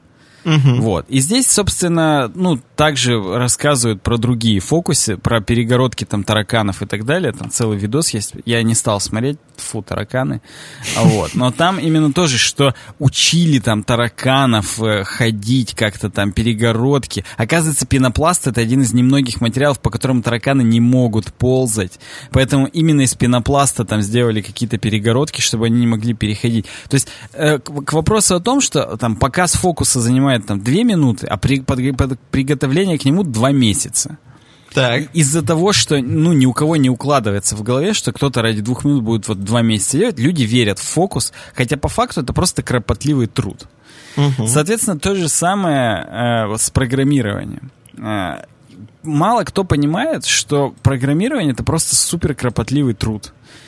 Угу. Вот. И здесь, собственно, ну, также рассказывают про другие фокусы, про перегородки там тараканов и так далее. Там целый видос есть. Я не стал смотреть. Фу, тараканы. Вот. Но там именно тоже, что учили там тараканов ходить как-то там, перегородки. Оказывается, пенопласт — это один из немногих материалов, по которым тараканы не могут ползать. Поэтому именно из пенопласта там сделали какие-то перегородки, чтобы они не могли переходить. То есть э, к, к вопросу о том, что там показ фокуса занимает там две минуты, а при, под, под, приготовление к нему два месяца. Так. Из-за того, что ну, ни у кого не укладывается в голове, что кто-то ради двух минут будет вот два месяца делать, люди верят в фокус, хотя по факту это просто кропотливый труд. Угу. Соответственно, то же самое э, с программированием. Э, мало кто понимает, что программирование — это просто супер кропотливый труд.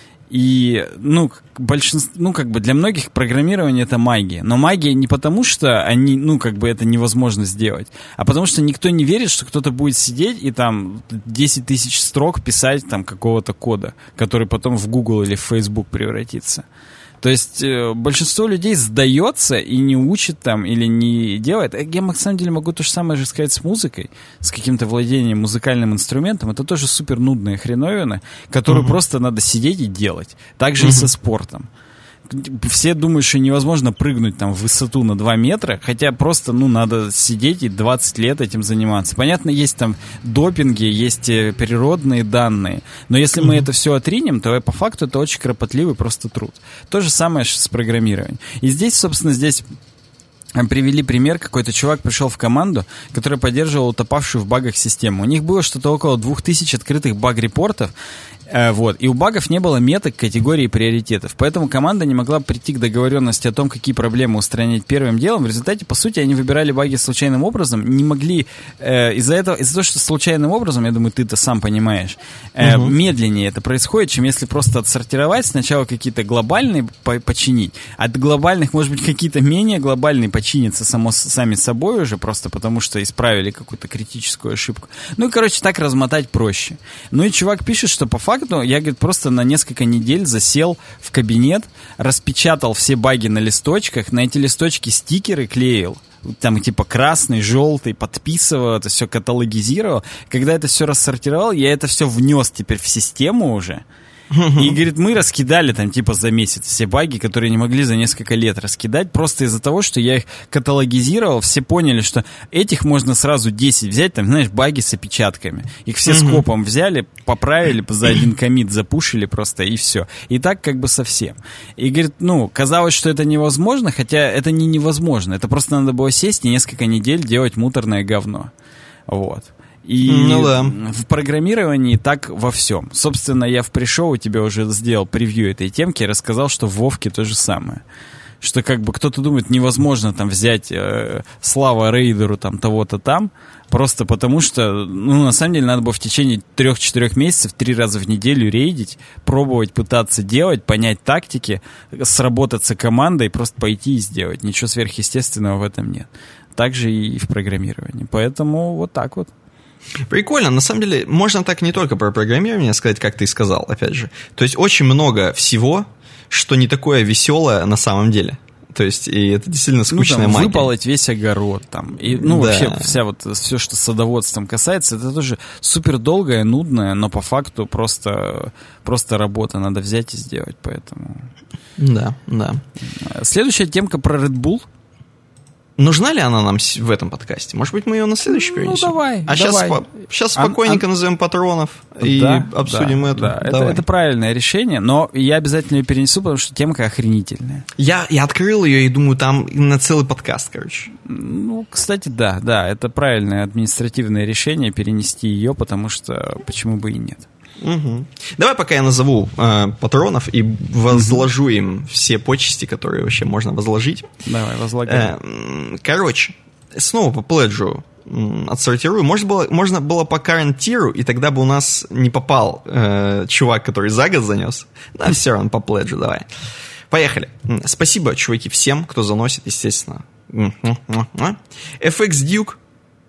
И, ну, большинство, ну, как бы для многих программирование — это магия. Но магия не потому, что они, ну, как бы это невозможно сделать, а потому что никто не верит, что кто-то будет сидеть и там десять тысяч строк писать там какого-то кода, который потом в Google или в Facebook превратится. То есть э, большинство людей сдается и не учит там или не делает. Я на самом деле могу то же самое же сказать с музыкой, с каким-то владением музыкальным инструментом. Это тоже супер нудная хреновина, которую uh-huh. просто надо сидеть и делать. Так же uh-huh. и со спортом. Все думают, что невозможно прыгнуть там в высоту на два метра, хотя просто, ну, надо сидеть и двадцать лет этим заниматься. Понятно, есть там допинги, есть природные данные, но если мы mm-hmm. это все отринем, то по факту это очень кропотливый просто труд. То же самое с программированием. И здесь, собственно, здесь привели пример, какой-то чувак пришел в команду, которая поддерживала утопавшую в багах систему. У них было что-то около двух тысяч открытых баг-репортов, э, вот, и у багов не было меток категории приоритетов, поэтому команда не могла прийти к договоренности о том, какие проблемы устранять первым делом. В результате, по сути, они выбирали баги случайным образом, не могли, э, из-за этого, из-за того, что случайным образом, я думаю, ты это сам понимаешь, э, угу. медленнее это происходит, чем если просто отсортировать, сначала какие-то глобальные по- починить, от глобальных, может быть, какие-то менее глобальные починить, чинится само, сами собой уже, просто потому что исправили какую-то критическую ошибку. Ну и, короче, так размотать проще. Ну и чувак пишет, что по факту я, говорит, просто на несколько недель засел в кабинет, распечатал все баги на листочках, на эти листочки стикеры клеил, там типа красный, желтый, подписывал, это все каталогизировал. Когда это все рассортировал, я это все внес теперь в систему уже. И, говорит, мы раскидали там типа за месяц все баги, которые не могли за несколько лет раскидать, просто из-за того, что я их каталогизировал. Все поняли, что этих можно сразу десять взять, там, знаешь, баги с опечатками. Их все mm-hmm. скопом взяли, поправили, за один коммит запушили просто, и все. И так как бы совсем. И, говорит, ну, казалось, что это невозможно, хотя это не невозможно. Это просто надо было сесть и несколько недель делать муторное говно. Вот. И ну, да. в программировании так во всем. Собственно, я в пришоу тебе уже сделал превью этой темки и рассказал, что в Вовке то же самое. Что как бы кто-то думает, невозможно там взять э, Слава рейдеру там того-то там, просто потому что, ну, на самом деле, надо было в течение трех-четырех месяцев три раза в неделю рейдить, пробовать, пытаться делать, понять тактики, сработаться командой, просто пойти и сделать. Ничего сверхъестественного в этом нет. Так же и в программировании. Поэтому вот так вот. Прикольно, на самом деле, можно так не только про программирование сказать, как ты сказал, опять же. То есть очень много всего, что не такое веселое на самом деле. То есть, и это действительно скучная ну, там, магия. Выполоть весь огород там. И, ну, да. вообще, вся вот, все, что садоводством касается, это тоже супер долгое, нудное, но по факту просто, просто работа. Надо взять и сделать, поэтому... Да, да. Следующая темка про Red Bull. Нужна ли она нам в этом подкасте? Может быть, мы ее на следующий ну, перенесем? Ну, давай, А давай. Сейчас, спо- сейчас спокойненько а, а... назовем патронов и да, обсудим да, эту. Да. Это, это правильное решение, но я обязательно ее перенесу, потому что темка охренительная. Я, я открыл ее и думаю, там на целый подкаст, короче. Ну, кстати, да, да, это правильное административное решение перенести ее, потому что почему бы и нет. Угу. Давай пока я назову э, патронов и возложу им все почести, которые вообще можно возложить. Давай, возлагай. Э, короче, снова по пледжу э, отсортирую. Можно было, можно было по current тиру, и тогда бы у нас не попал э, чувак, который за год занес. Да, все равно по пледжу давай. Поехали. Спасибо, чуваки, всем, кто заносит, естественно. эф икс Duke,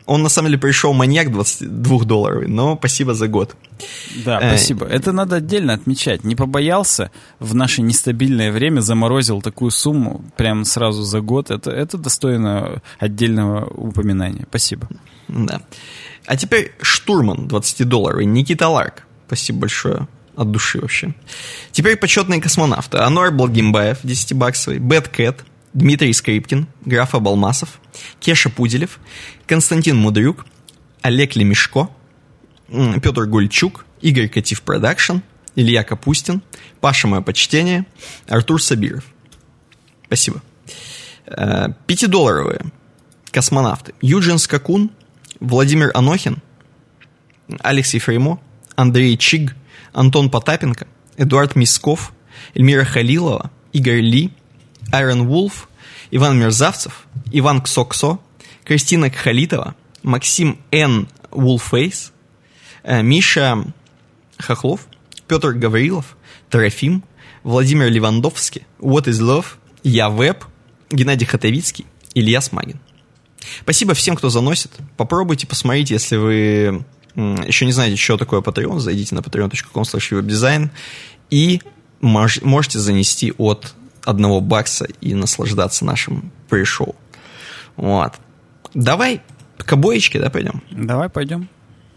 Он, на самом деле, пришел маньяк двадцатидвухдолларовый, но спасибо за год. Да, э- спасибо. Это надо отдельно отмечать. Не побоялся, в наше нестабильное время заморозил такую сумму прямо сразу за год. Это, это достойно отдельного упоминания. Спасибо. Да. А теперь штурман двадцатидолларовый, Никита Ларк. Спасибо большое. От души вообще. Теперь почетные космонавты. Ануар Балгимбаев, десятибаксовый, Бэт Кэт, Дмитрий Скрипкин, Граф Абалмасов, Кеша Пуделев, Константин Мудрюк, Олег Лемешко, Петр Гульчук, Игорь Катив Продакшн, Илья Капустин, Паша Мое Почтение, Артур Сабиров. Спасибо. Пятидолларовые космонавты. Юджин Скакун, Владимир Анохин, Алекс Ефремо, Андрей Чиг, Антон Потапенко, Эдуард Мисков, Эльмира Халилова, Игорь Ли, Айрон Вулф, Иван Мерзавцев, Иван Ксоксо, Кристина Кхалитова, Максим Н. Вулфейс, Миша Хохлов, Петр Гаврилов, Трофим, Владимир Левандовский, What is Love, Я Веб, Геннадий Хатовицкий, Илья Смагин. Спасибо всем, кто заносит. Попробуйте, посмотрите, если вы еще не знаете, что такое Patreon, зайдите на patreon точка com слэш webdesign и мож, можете занести от одного бакса и наслаждаться нашим пришоу. Вот. Давай к обоечке, да, пойдем? Давай пойдем.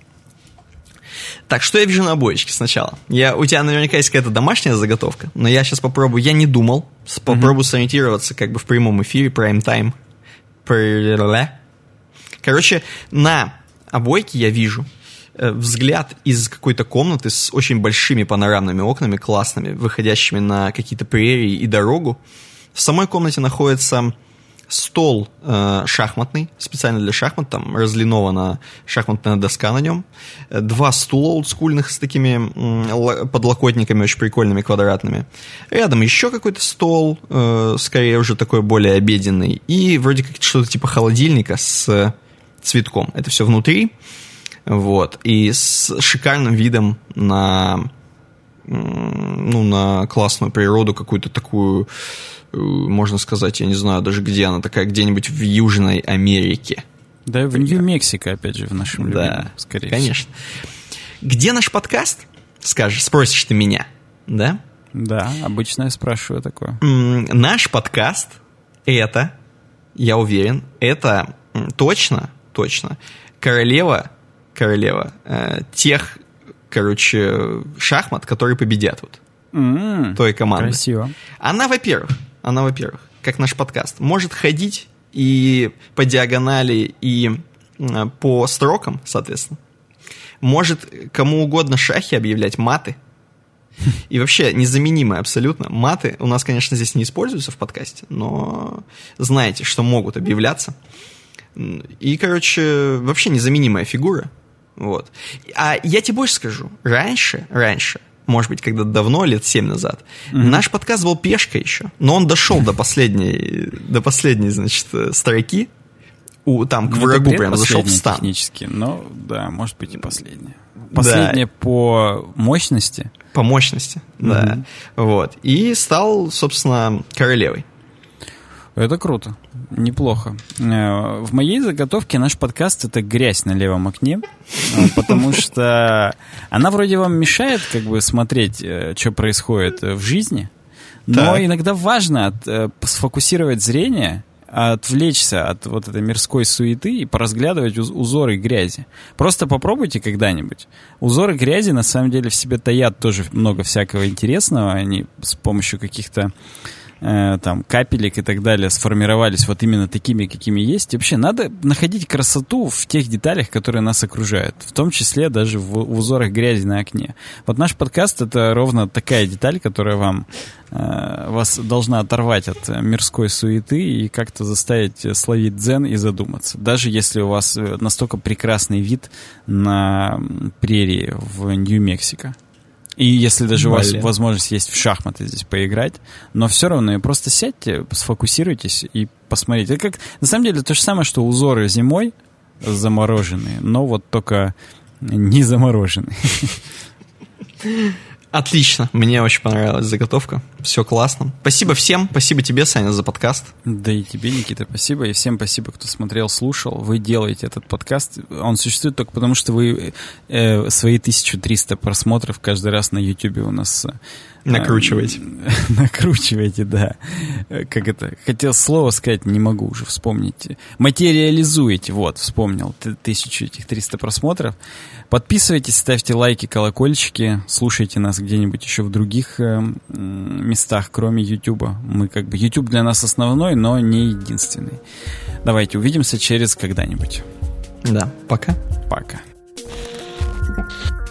Так, что я вижу на обоечке сначала? Я, у тебя наверняка есть какая-то домашняя заготовка, но я сейчас попробую, я не думал, попробую mm-hmm. сориентироваться как бы в прямом эфире, прайм-тайм. Короче, на обойке я вижу взгляд из какой-то комнаты с очень большими панорамными окнами, классными, выходящими на какие-то прерии и дорогу. В самой комнате находится стол э, шахматный, специально для шахмат, там разлинована шахматная доска на нем, два стула олдскульных с такими э, подлокотниками очень прикольными, квадратными. Рядом еще какой-то стол, э, скорее уже такой более обеденный, и вроде как что-то типа холодильника с цветком. Это все внутри. Вот, и с шикарным видом на, ну, на классную природу, какую-то такую, можно сказать, я не знаю даже где она такая, где-нибудь в Южной Америке. Да, в Нью-Мексико, опять же, в нашем любимом, да, скорее конечно. Всего. Где наш подкаст? Скажешь, спросишь ты меня, да? Да, обычно я спрашиваю такое. Наш подкаст — это, я уверен, это точно, точно королева королева э, тех, короче, шахмат, которые победят вот mm, той команды. Красиво. Она, во-первых, она, во-первых, как наш подкаст, может ходить и по диагонали, и э, по строкам, соответственно. Может кому угодно шахи объявлять, маты. И вообще незаменимые абсолютно. Маты у нас, конечно, здесь не используются в подкасте, но знаете, что могут объявляться. И, короче, вообще незаменимая фигура. Вот. А я тебе больше скажу. Раньше, раньше, может быть, когда давно, лет семь назад, mm-hmm. наш подкаст был пешкой еще, но он дошел до последней, до последней, значит, строки. У, там к ну, врагу прям зашел в стан. Технически, но, да, может быть и последняя. Последняя да. по мощности. По мощности, mm-hmm. да. Вот. И стал, собственно, королевой. Это круто. Неплохо. В моей заготовке наш подкаст — это грязь на левом окне, потому что она вроде вам мешает как бы смотреть, что происходит в жизни, но так. иногда важно от, сфокусировать зрение, отвлечься от вот этой мирской суеты и поразглядывать узоры грязи. Просто попробуйте когда-нибудь. Узоры грязи на самом деле в себе таят тоже много всякого интересного. Они с помощью каких-то там капелек и так далее сформировались вот именно такими, какими есть. И вообще надо находить красоту в тех деталях, которые нас окружают, в том числе даже в, в узорах грязи на окне. Вот наш подкаст — это ровно такая деталь, которая вам э, вас должна оторвать от мирской суеты и как-то заставить словить дзен и задуматься. Даже если у вас настолько прекрасный вид на прерии в Нью-Мексико. И если даже Блин. у вас возможность есть в шахматы здесь поиграть, но все равно просто сядьте, сфокусируйтесь и посмотрите. Это как, на самом деле то же самое, что узоры зимой замороженные, но вот только не замороженные. Отлично, мне очень понравилась заготовка. все классно. Спасибо всем, спасибо тебе, Саня, за подкаст. Да и тебе, Никита, спасибо. И всем спасибо, кто смотрел, слушал. Вы делаете этот подкаст. Он существует только потому, что вы э, свои тысяча триста просмотров каждый раз на YouTube у нас... Э, накручиваете. Накручиваете, да. Как это? Хотел слово сказать, не могу уже вспомнить. Материализуете, вот, вспомнил. Тысячу этих триста просмотров. Подписывайтесь, ставьте лайки, колокольчики, слушайте нас где-нибудь еще в других э, местах, кроме YouTube. Мы как бы YouTube для нас основной, но не единственный. Давайте увидимся через когда-нибудь. Да, пока. Пока.